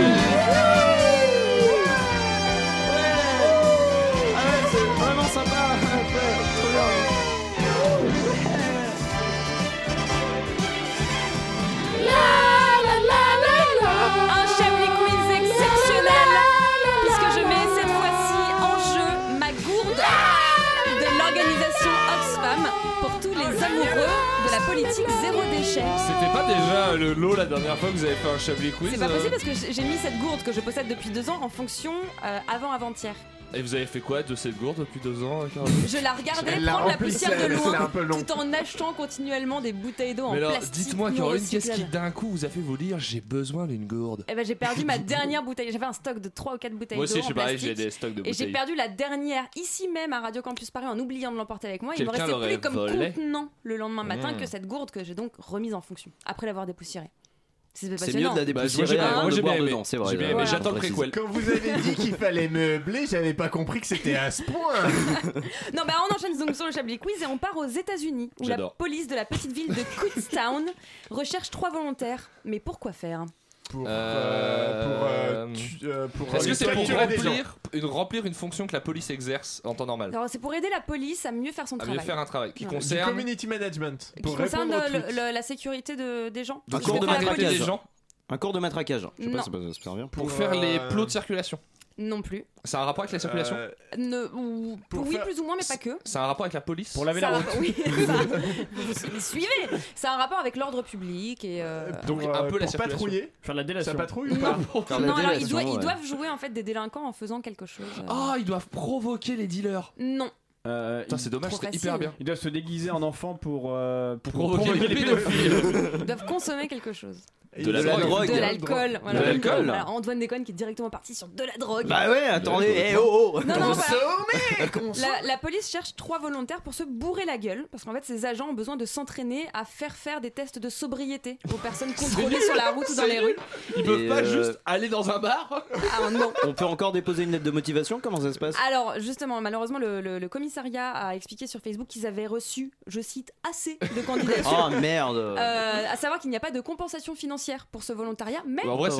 C'est vraiment sympa. Trop bien. Un Chablis Quiz exceptionnel, puisque je mets cette fois-ci en jeu ma gourde de l'organisation Oxfam pour tous les amoureux de la politique zéro déchet. C'était pas déjà le lot la dernière fois que vous avez fait un Chablis Quiz? C'est pas possible parce que j'ai mis cette gourde que je possède depuis 2 ans en fonction avant-avant-hier. Et vous avez fait quoi de cette gourde depuis 2 ans, Caroline? Je la regardais prendre la poussière de loin tout en achetant continuellement des bouteilles d'eau en plastique. Dites-moi, Caroline, qu'est-ce qui d'un coup vous a fait vous dire j'ai besoin d'une gourde? Eh ben j'ai perdu ma dernière bouteille. J'avais un stock de 3 ou 4 bouteilles d'eau. Moi aussi, en je suis pareil, plastique. j'ai des stocks de bouteilles. Et j'ai perdu la dernière ici même à Radio Campus Paris en oubliant de l'emporter avec moi. Il me Quelqu'un restait plus comme volé contenant le lendemain matin que cette gourde que j'ai donc remise en fonction après l'avoir dépoussiérée. C'est mieux de la dépoussiérer avant de boire dedans, c'est vrai. Mais j'attends le préquel. Quand vous avez dit qu'il fallait meubler, j'avais pas compris que c'était à ce point. Non, bah on enchaîne donc sur le Chablis Quiz et on part aux États-Unis où la police de la petite ville de Kutztown recherche 3 volontaires. Mais pour quoi faire? Est-ce que c'est pour remplir une fonction que la police exerce en temps normal? Alors c'est pour aider la police à mieux faire son travail. À mieux faire un travail qui concerne du community management. Qui concerne la sécurité des gens. Un cours de matraquage. Un cours de matraquage. Je sais pas si ça peut servir. Pour faire les plots de circulation. Non plus. C'est un rapport avec la circulation? Oui, plus ou moins, mais pas que. C'est un rapport avec la police? Pour laver la route? Oui, vous suivez. C'est un rapport avec l'ordre public et. Donc un peu la circulation. Patrouiller? Faire la délation? Ça patrouille ou pas? Non, alors ils doivent jouer en fait des délinquants en faisant quelque chose. Ah, ils doivent provoquer les dealers? Non. Putain, c'est dommage, c'était hyper bien. Ils doivent se déguiser en enfant pour provoquer les pédophiles. Ils doivent consommer quelque chose. De la drogue. De l'alcool. Voilà. De l'alcool. Alors, Antoine Déconne qui est directement parti sur de la drogue. Bah ouais, attendez, oh. Non, la police cherche 3 volontaires pour se bourrer la gueule parce qu'en fait ces agents ont besoin de s'entraîner à faire des tests de sobriété aux personnes contrôlées sur la route ou dans les rues. Ils peuvent pas juste aller dans un bar? Ah non. On peut encore déposer une lettre de motivation? Comment ça se passe? Alors justement, malheureusement le commissariat a expliqué sur Facebook qu'ils avaient reçu, je cite, assez de candidatures. Oh merde. À savoir qu'il n'y a pas de compensation financière pour ce volontariat, mais en vrai, c'est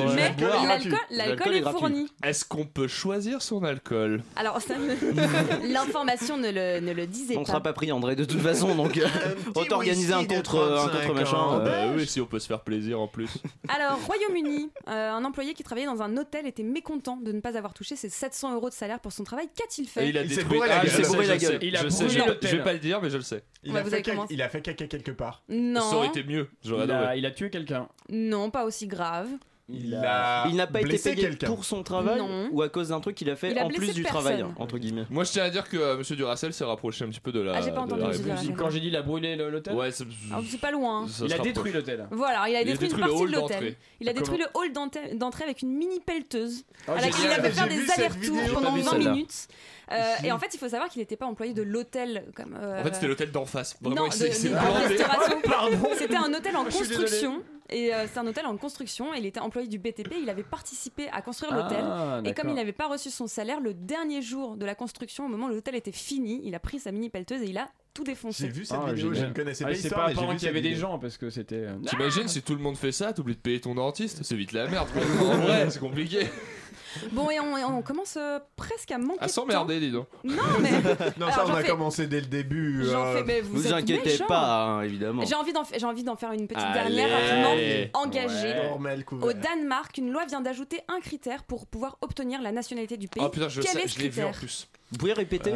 l'alcool est fourni. Est-ce qu'on peut choisir son alcool? Alors l'information ne le disait pas. On sera pas pris, André, de toute façon, donc on va organiser un contre machin. Oui, si on peut se faire plaisir en plus. Alors Royaume-Uni, un employé qui travaillait dans un hôtel était mécontent de ne pas avoir touché ses 700 € de salaire pour son travail. Qu'a-t-il fait? Il s'est bourré la gueule. Il a brûlé l'hôtel. Je vais pas le dire, mais je le sais. Il a fait caca quelque part. Non. Ça aurait été mieux. Il a tué quelqu'un. Non, pas aussi grave. Il n'a pas été payé pour son travail ou à cause d'un truc qu'il a fait en plus du travail, entre guillemets. Moi je tiens à dire que Monsieur Duracell s'est rapproché un petit peu de la. Ah, j'ai pas entendu Monsieur Duracell. Quand j'ai dit il a brûlé l'hôtel? Ouais, c'est pas loin. Il a détruit l'hôtel. Voilà, il a détruit une partie de l'hôtel. Il a détruit le hall d'entrée avec une mini pelleteuse à laquelle il avait fait des allers-retours pendant 20 minutes. Et en fait, il faut savoir qu'il n'était pas employé de l'hôtel comme. En fait, c'était l'hôtel d'en face. Vraiment, non, de restauration. C'était un hôtel en construction. Et c'est un hôtel en construction. Il était employé du BTP. Il avait participé à construire l'hôtel. Et comme il n'avait pas reçu son salaire, le dernier jour de la construction, au moment où l'hôtel était fini, il a pris sa mini pelleteuse et il a tout défoncé. J'ai vu cette vidéo. Je ne connaissais pas l'histoire. C'est pas pendant qu'il y avait des gens parce que c'était. T'imagines si tout le monde fait ça, t'oublies de payer ton dentiste, c'est vite la merde. En vrai, c'est compliqué. Bon, et on commence presque à manquer à s'emmerder, dis donc. Non, mais. Non, ça, on a commencé dès le début. Vous inquiétez pas, hein, évidemment. J'ai envie d'en faire une petite dernière rapidement engagée. Au Danemark, une loi vient d'ajouter un critère pour pouvoir obtenir la nationalité du pays. Oh putain, je l'ai vu en plus. Vous pouvez répéter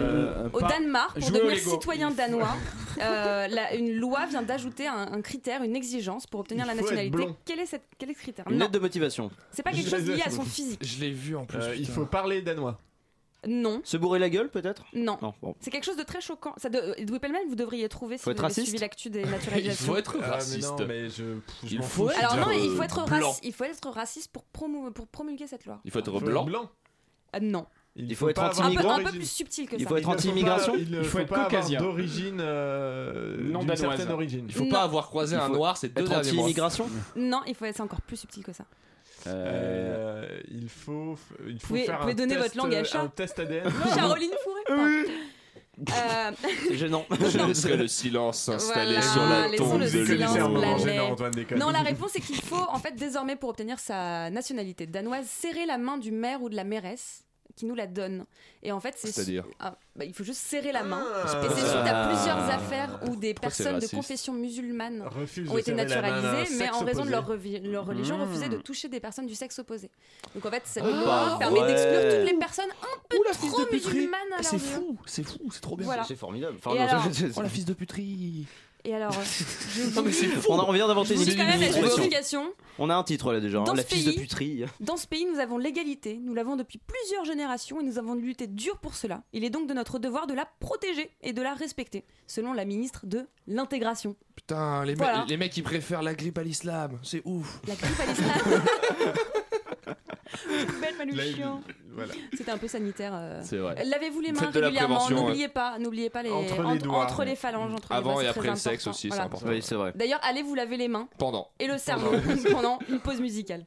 Au Danemark, pour devenir citoyen danois, une loi vient d'ajouter un critère, une exigence pour obtenir la nationalité. Quel est ce critère? Une lettre de motivation. C'est pas quelque chose lié à son physique. Je l'ai vu en plus. Il faut parler danois. Non. Se bourrer la gueule, peut-être? Non. Bon. C'est quelque chose de très choquant. Edoui Pellemel, vous devriez trouver si faut vous être avez raciste. suivi l'actu des naturalisations. Il faut être raciste. Il faut être Alors non, il faut être blanc. il faut être raciste pour promulguer cette loi. Il faut être blanc. Non. Il faut être anti-migrant. Un peu plus subtil que ça. Il faut être anti-immigration. Il faut être caucasien. D'origine d'une certaine origine. Il faut pas avoir croisé un noir ces 2 derniers mois. Anti-immigration. Non, c'est encore plus subtil que ça. Il faut pouvez donner votre langue à chat. un test ADN. Caroline Fourré. C'est gênant. Je laisserai le silence s'installer sur la tombe de l'humour. Non, la réponse est qu'il faut en fait désormais pour obtenir sa nationalité danoise serrer la main du maire ou de la mairesse qui nous la donne. Et en fait, c'est-à-dire il faut juste serrer la main. Et c'est suite à plusieurs affaires où des personnes de confession musulmane ont été naturalisées, mais en raison de leur religion, refusaient de toucher des personnes du sexe opposé. Donc en fait, cette loi permet d'exclure toutes les personnes un peu trop musulmanes à leur yeux. C'est fou, c'est trop bien. Voilà. C'est formidable. Et alors, la fils de puterie. Et alors, non mais c'est fou. On vient d'inventer une explication. On a un titre là déjà, la fille de puterie. Dans ce pays, nous avons l'égalité, nous l'avons depuis plusieurs générations et nous avons lutté dur pour cela. Il est donc de notre devoir de la protéger et de la respecter, selon la ministre de l'intégration. Putain, les mecs ils préfèrent la grippe à l'islam, c'est ouf. La grippe à l'islam. Belle Manuchian. Voilà. C'était un peu sanitaire. C'est vrai. Lavez-vous les mains régulièrement. N'oubliez pas les entre les phalanges, entre avant les doigts, et après le important. sexe aussi, Voilà. c'est important. Oui, c'est vrai. D'ailleurs, allez vous laver les mains. Pendant. Et le cerveau pendant une pause musicale.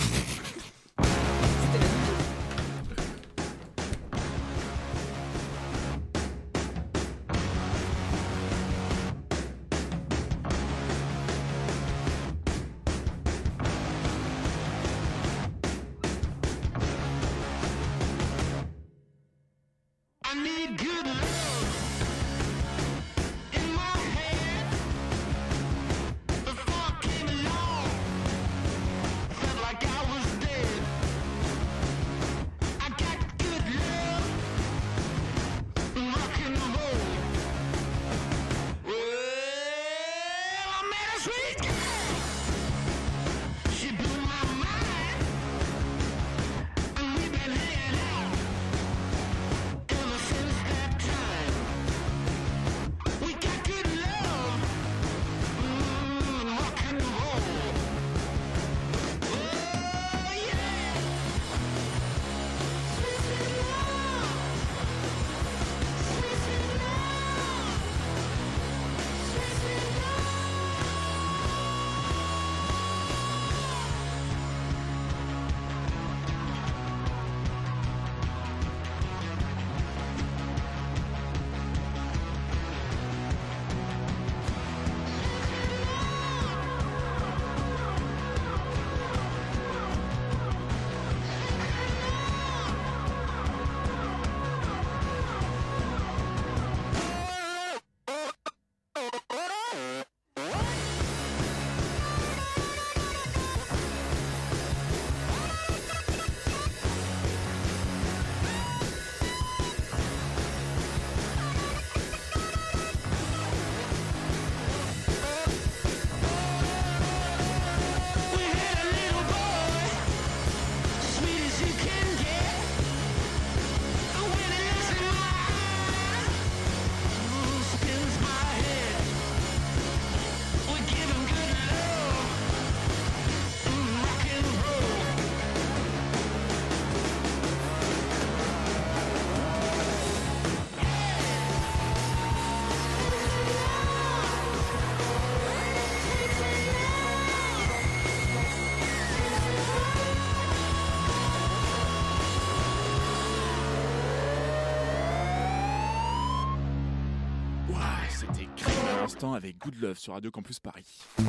Avec Good Love sur Radio Campus Paris.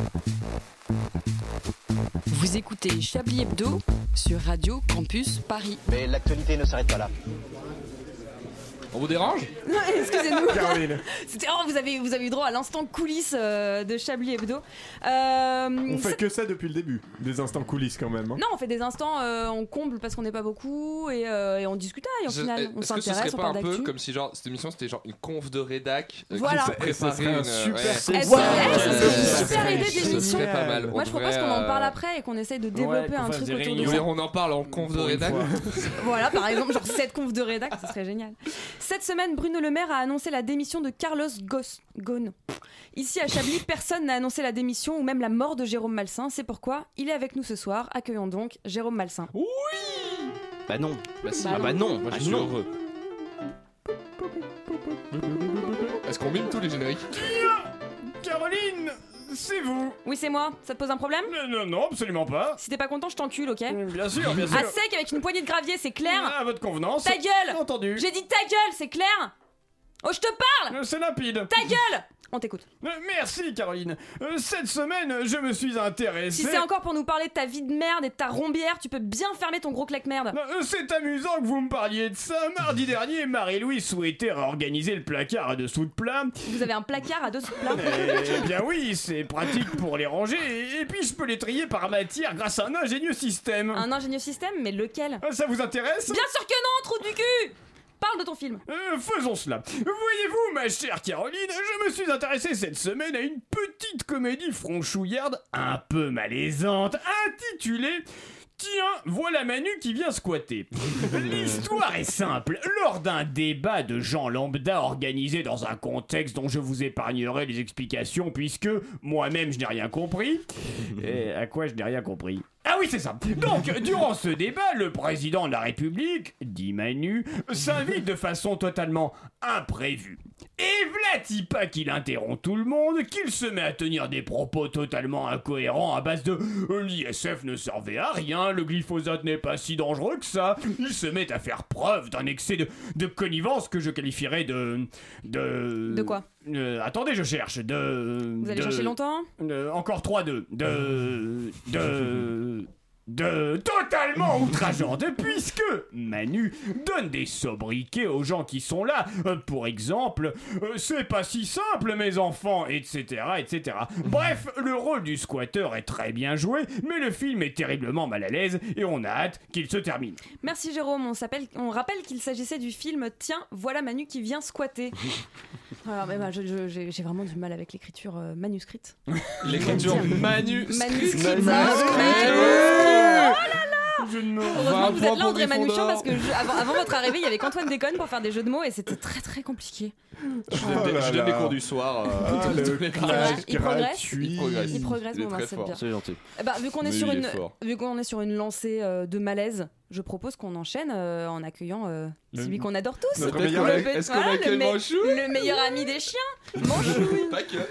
Vous écoutez Chablis Hebdo sur Radio Campus Paris. Mais l'actualité ne s'arrête pas là. On vous dérange? Non, excusez-nous. Caroline. Vous avez eu droit à l'instant coulisses de Chablis Hebdo. On fait que ça depuis le début. Des instants coulisses quand même. Hein. Non, on fait des instants, on comble parce qu'on n'est pas beaucoup et on discute et au final on s'intéresse, est-ce que ce serait pas un peu comme si genre cette émission c'était genre une conf de rédac voilà. qui préparait une super idée d'émission. Ce serait pas mal. Moi je propose qu'on en parle après et qu'on essaye de développer un truc autour de ça. On en parle en conf de rédac. Voilà, par exemple, genre cette conf de rédac, ce serait génial. Cette semaine, Bruno Le Maire a annoncé la démission de Carlos Ghosn. Ici à Chablis, personne n'a annoncé la démission ou même la mort de Jérôme Malsain. C'est pourquoi il est avec nous ce soir. Accueillons donc Jérôme Malsain. Oui. Bah non. Bah non. Moi je suis heureux. Est-ce qu'on mime tous les génériques? Caroline, c'est vous? Oui, c'est moi. Ça te pose un problème? Non, absolument pas. Si t'es pas content, je t'encule, ok? Bien sûr. À sec avec une poignée de gravier, c'est clair? À votre convenance. Ta gueule! Entendu. J'ai dit ta gueule, c'est clair? Oh, je te parle! C'est limpide. Ta gueule! On t'écoute. Merci Caroline. Cette semaine, je me suis intéressé... Si c'est encore pour nous parler de ta vie de merde et de ta rombière, tu peux bien fermer ton gros claque-merde. C'est amusant que vous me parliez de ça. Mardi dernier, Marie-Louise souhaitait réorganiser le placard à dessous de plat. Vous avez un placard à dessous de plat? Eh bien oui, c'est pratique pour les ranger. Et puis je peux les trier par matière grâce à un ingénieux système. Un ingénieux système? Mais lequel? Ça vous intéresse? Bien sûr que non, trou du cul! Parle de ton film. Faisons cela. Voyez-vous, ma chère Caroline, je me suis intéressé cette semaine à une petite comédie franchouillarde un peu malaisante, intitulée Tiens, voilà Manu qui vient squatter. L'histoire est simple. Lors d'un débat de gens lambda organisé dans un contexte dont je vous épargnerai les explications puisque moi-même je n'ai rien compris. Et à quoi je n'ai rien compris? Ah oui, c'est ça. Donc, durant ce débat, le président de la République, dit Manu, s'invite de façon totalement imprévue. Et v'là-t-il pas qu'il interrompt tout le monde, qu'il se met à tenir des propos totalement incohérents à base de l'ISF ne servait à rien, le glyphosate n'est pas si dangereux que ça. Il se met à faire preuve d'un excès de connivence que je qualifierais de... De quoi? Attendez, je cherche. Vous allez chercher longtemps? Encore 3-2. Totalement outrageante, puisque Manu donne des sobriquets aux gens qui sont là. Pour exemple, c'est pas si simple, mes enfants, etc., etc. Bref, le rôle du squatteur est très bien joué, mais le film est terriblement mal à l'aise et on a hâte qu'il se termine. Merci Jérôme, on rappelle qu'il s'agissait du film Tiens, voilà Manu qui vient squatter. Alors, mais j'ai vraiment du mal avec l'écriture manuscrite. L'écriture manuscrite. Oh là là! Heureusement que vous êtes là, André Manouchian, parce que avant votre arrivée, il y avait qu'Antoine Déconne pour faire des jeux de mots et c'était très très compliqué. Je donne les cours du soir. Il progresse, bon, c'est bien. C'est gentil. Vu qu'on est sur une lancée de malaise, je propose qu'on enchaîne en accueillant celui qu'on adore tous. Est-ce qu'on accueille Manchou? Le meilleur ami des chiens, Manchou. Pas que.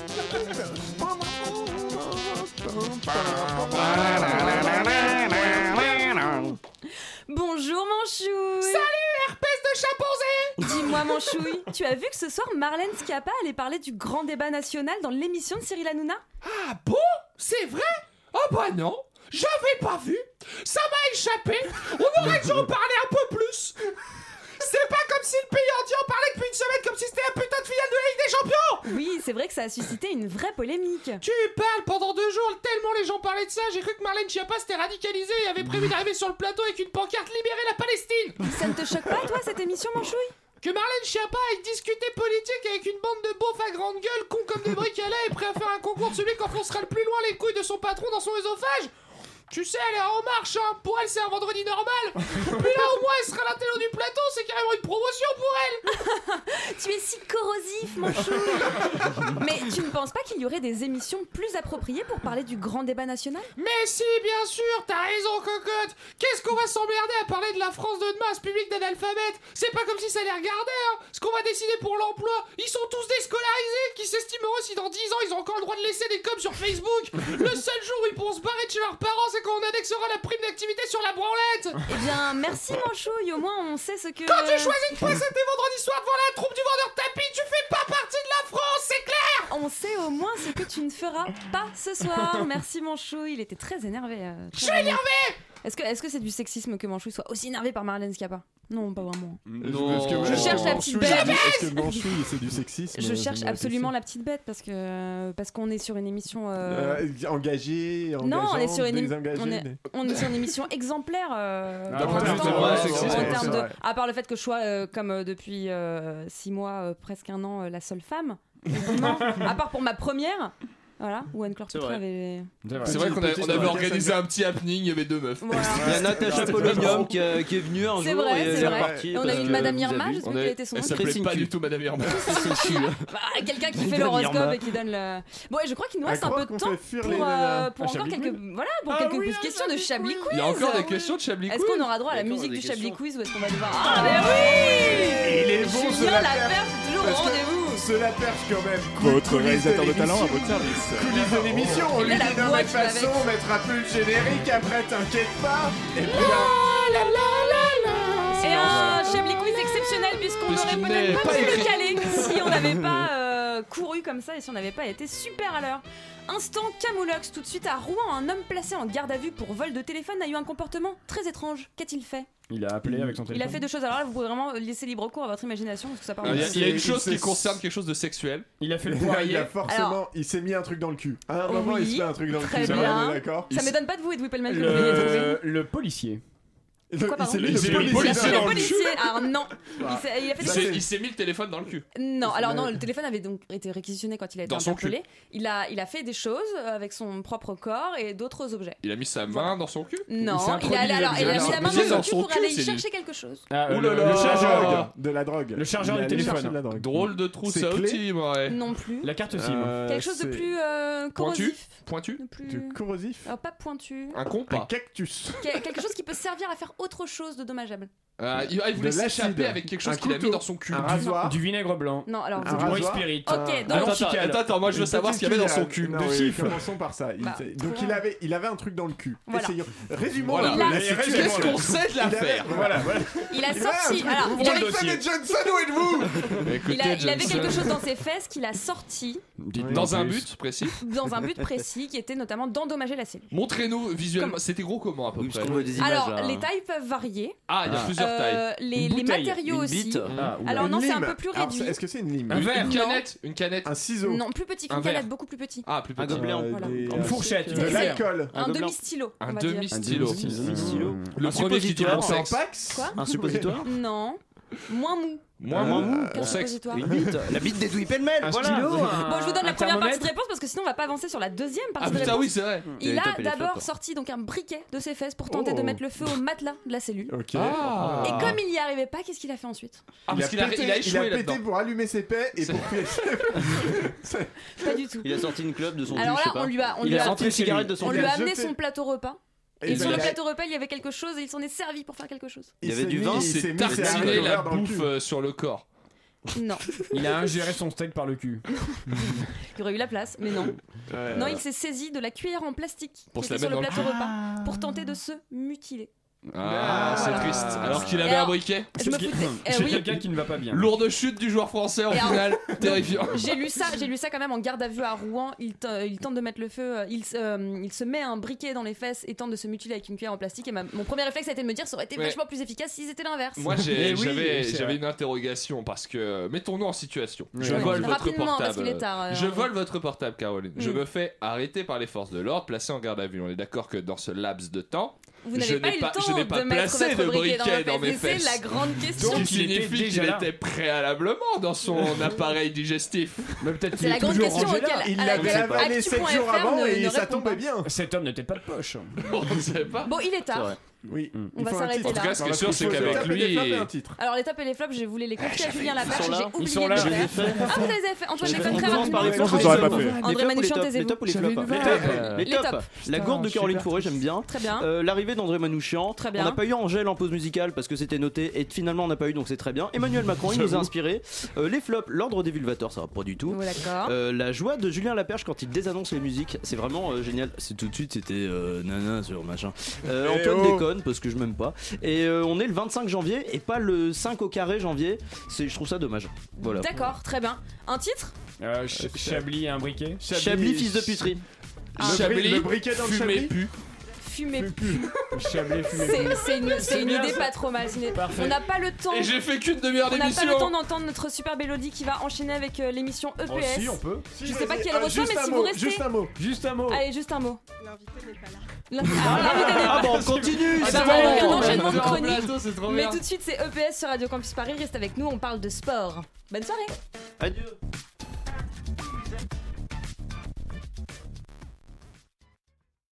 Bonjour Manchouille. Salut herpès de chimpanzé. Dis-moi Manchouille, tu as vu que ce soir Marlène Schiappa allait parler du grand débat national dans l'émission de Cyril Hanouna? Ah bon? C'est vrai? Oh bah non, j'avais pas vu. Ça m'a échappé. On aurait dû en parler un peu plus. C'est pas comme si le pays entier en parlait depuis une semaine comme si c'était la putain de finale de la Ligue des Champions. Oui, c'est vrai que ça a suscité une vraie polémique. Tu parles pendant 2 jours, tellement les gens parlaient de ça, j'ai cru que Marlène Schiappa s'était radicalisée et avait prévu d'arriver sur le plateau avec une pancarte libérer la Palestine. Ça ne te choque pas toi cette émission Manchouille? Que Marlène Schiappa aille discuter politique avec une bande de beaufs à grande gueule, cons comme des briques à lait et prêt à faire un concours de celui qui enfoncera le plus loin les couilles de son patron dans son œsophage. Tu sais, elle est en marche, hein. Pour elle, c'est un vendredi normal. Puis là, au moins, elle sera l'intello du plateau, c'est carrément une promotion pour elle. Tu es si corrosif, Manchou. Mais tu ne penses pas qu'il y aurait des émissions plus appropriées pour parler du grand débat national? Mais si, bien sûr, t'as raison, cocotte. Qu'est-ce qu'on va s'emmerder à parler de la France de demain à ce public d'analphabètes? C'est pas comme si ça les regardait, hein. Ce qu'on va décider pour l'emploi, ils sont tous déscolarisés, qui s'estimeront si dans 10 ans, ils ont encore le droit de laisser des coms sur Facebook. Le seul jour où ils pourront se barrer de chez leurs parents, c'est quand on indexera la prime d'activité sur la branlette. Eh bien, merci Manchouille, au moins on sait ce que... Quand tu choisis de passer tes vendredis soirs devant la troupe du vendeur de tapis, tu fais pas partie de la France, c'est clair. On sait au moins ce que tu ne feras pas ce soir. Merci Manchouille, il était très énervé. Je suis énervé. Est-ce que c'est du sexisme que Manchouille soit aussi énervé par Marlène Schiappa? Non, pas vraiment. Non. Je cherche la petite bête. Est-ce que Manchouille, c'est du sexisme? Je cherche absolument la petite bête parce qu'on est sur une émission engagée. Non, on est sur une émission exemplaire. À part le fait que je sois comme depuis 6 mois, presque un an, la seule femme. À part pour ma première. Voilà, où Anne-Claire Poutre avait. C'est vrai qu'on avait organisé un petit happening, il y avait 2 meufs. Voilà. Il y a Natacha Polonium qui est venue un jour et c'est reparti. On a eu Madame Irma, je sais plus quel était son nom. Elle s'appelait pas du tout Madame Irma. Quelqu'un qui fait l'horoscope et qui donne le. Bon, et je crois qu'il nous reste un peu de temps pour encore quelques. Voilà, pour quelques questions de Chablis Quiz. Il y a encore des questions de Chablis Quiz. Est-ce qu'on aura droit à la musique du Chablis Quiz ou est-ce qu'on va devoir. Ah, mais oui! Il est bon, Julien Laperche, toujours au rendez-vous. Cela perche quand même. Votre réalisateur de talent à votre service. Coulisses de l'émission, on lui dit de mettre façon, on mettra plus le générique, après t'inquiète pas. Et puis là. Et un Chablis Quiz exceptionnel puisqu'on n'aurait peut-être pas pu le caler si on n'avait pas couru comme ça et si on n'avait pas été super à l'heure. Instant Camoulox, tout de suite à Rouen, un homme placé en garde à vue pour vol de téléphone a eu un comportement très étrange. Qu'a-t-il fait ? Il a appelé avec son téléphone. Il a fait 2 choses. Alors là, vous pouvez vraiment laisser libre cours à votre imagination parce que ça part. Il y a une chose qui concerne quelque chose de sexuel. Il a fait le poirier. Il s'est mis un truc dans le cul. À un moment, il se met un truc dans le cul. Très bien. D'accord. Ça m'étonne pas de vous, Edoui Pellemel, que le policier. Quoi, pardon ? Le policier. Alors non, il s'est mis le téléphone dans le cul. Non, alors non, le téléphone avait donc été réquisitionné quand il a été interpellé. Il a fait des choses avec son propre corps et d'autres objets. Il a mis sa main dans son cul ? Non, il a mis la main dans son cul pour aller y chercher quelque chose. Le chargeur de la drogue. Le chargeur du téléphone. Drôle de trou, ça aussi, ouais. Non plus. La carte SIM. Quelque chose de plus corrosif. Pointu. Du corrosif. Pas pointu. Un compas. Un cactus. Quelque chose qui peut servir à faire autre chose de dommageable. Il voulait s'échapper avec quelque chose qu'il a mis dans son cul. Un rasoir. Du vinaigre blanc. Non, alors du White Spirit. Ok, donc attends, moi je veux savoir ce qu'il y avait dans son cul. Commençons par ça. Donc il avait un truc dans le cul. Essayons. Résumons qu'est-ce qu'on sait de l'affaire. Voilà. Il a sorti. Alors, il avait quelque chose dans ses fesses qu'il a sorti. Dans un but précis. Dans un but précis qui était notamment d'endommager la cellule. Montrez-nous visuellement. C'était gros comment à peu près. Alors, les tailles peuvent varier. Ah, il y a plusieurs tailles. Les matériaux aussi. Alors non, c'est un peu plus réduit. Est-ce que c'est une lime? Une canette. Un ciseau. Non, plus petit qu'une canette, beaucoup plus petit. Ah, plus petit. Un gobelet. Une fourchette. De l'alcool. Un demi-stylo. Un demi-stylo. Le premier qui Un pense. Quoi? Un suppositoire. Non. Moins mou. Moins mou. Qu'un suppositoire. Une bite. La bite d'Edoui Pellemel. Voilà. Bon, je vous donne la première partie de réponse parce que sinon on va pas avancer sur la deuxième partie de réponse. Ah putain, oui, c'est vrai. Il a d'abord sorti donc un briquet de ses fesses pour tenter de mettre le feu au matelas de la cellule. Ok. Et comme il n'y arrivait pas, qu'est-ce qu'il a fait ensuite? Parce qu'il a échoué là-dedans. pété pour allumer ses paix et pour Pas du tout. Il a sorti une clope de son cul. Alors là, il a sorti une cigarette de son cul. On lui a amené son plateau repas. Et sur le plateau repas, il y avait quelque chose et il s'en est servi pour faire quelque chose. Il y avait du vin. Il s'est tartiné la bouffe sur le corps. Non. Il a ingéré son steak par le cul. Il aurait eu la place, mais non. Non, il s'est saisi de la cuillère en plastique pour qui était sur le plateau repas pour tenter de se mutiler. Ah, c'est triste. Alors qu'il avait un briquet. C'est quelqu'un qui ne va pas bien. Lourde chute du joueur français en finale. Terrifiant. J'ai lu ça quand même en garde à vue à Rouen. Il tente de mettre le feu. Il se met un briquet dans les fesses et tente de se mutiler avec une cuillère en plastique. Et mon premier réflexe a été de me dire ça aurait été vachement plus efficace si c'était l'inverse. Moi j'avais une interrogation parce que mettons-nous en situation. Je vole votre portable. Je vole votre portable, Caroline. Je me fais arrêter par les forces de l'ordre, placé en garde à vue. On est d'accord que dans ce laps de temps, vous n'avez pas eu le temps de mettre votre briquet dans mes fesses. C'est la grande question. Ce qui signifie qu'il était préalablement dans son appareil digestif. C'est la grande question il l'avait avalé 7 jours avant et ça tombait bien. Cet homme n'était pas de poche. On ne sait pas. Bon, il est tard. Oui, on va s'arrêter là. En tout cas, ce qui est sûr, c'est qu'avec lui. Alors, les tops et les flops, je voulais les confier à Julien Laperche. J'ai oublié de là. le faire. Ah, vous les avez fait. Antoine, j'ai fait très rapidement. André Manouchian, taisez-vous. Les tops ou les flops? Les tops. La gourde de Caroline Fourré, j'aime bien. Très bien. L'arrivée d'André Manouchian. Très bien. On n'a pas eu Angèle en pause musicale parce que c'était noté et finalement on n'a pas eu, donc c'est très bien. Emmanuel Macron, il nous a inspiré. Les flops, l'ordre des vulvateurs, ça va pas du tout. D'accord. La joie de Julien Laperche quand il désannonce les musiques, c'est vraiment génial. C'est tout de suite, c'était nana sur machin. Antoine déconne parce que je m'aime pas. Et on est le 25 janvier et pas le 5 au carré janvier. Je trouve ça dommage. Voilà. D'accord, très bien. Un titre? Chablis et un briquet. Chablis, fils de puterie. Chablis, le briquet dans le Chablis. fumez Chablais fumez C'est une idée pas trop mal. On n'a pas le temps. Et j'ai fait qu'une demi-heure d'émission. On n'a pas le temps d'entendre notre super Mélodie qui va enchaîner avec l'émission EPS. Oh, si, on peut. Je sais pas qui elle reçoit, mais si vous restez. Juste un mot. Allez, juste un mot. L'invité n'est pas là. Ah bon, on continue. C'est un enchaînement de chroniques. Mais tout de suite, c'est EPS sur Radio Campus Paris. Reste avec nous, on parle de sport. Bonne soirée. Adieu.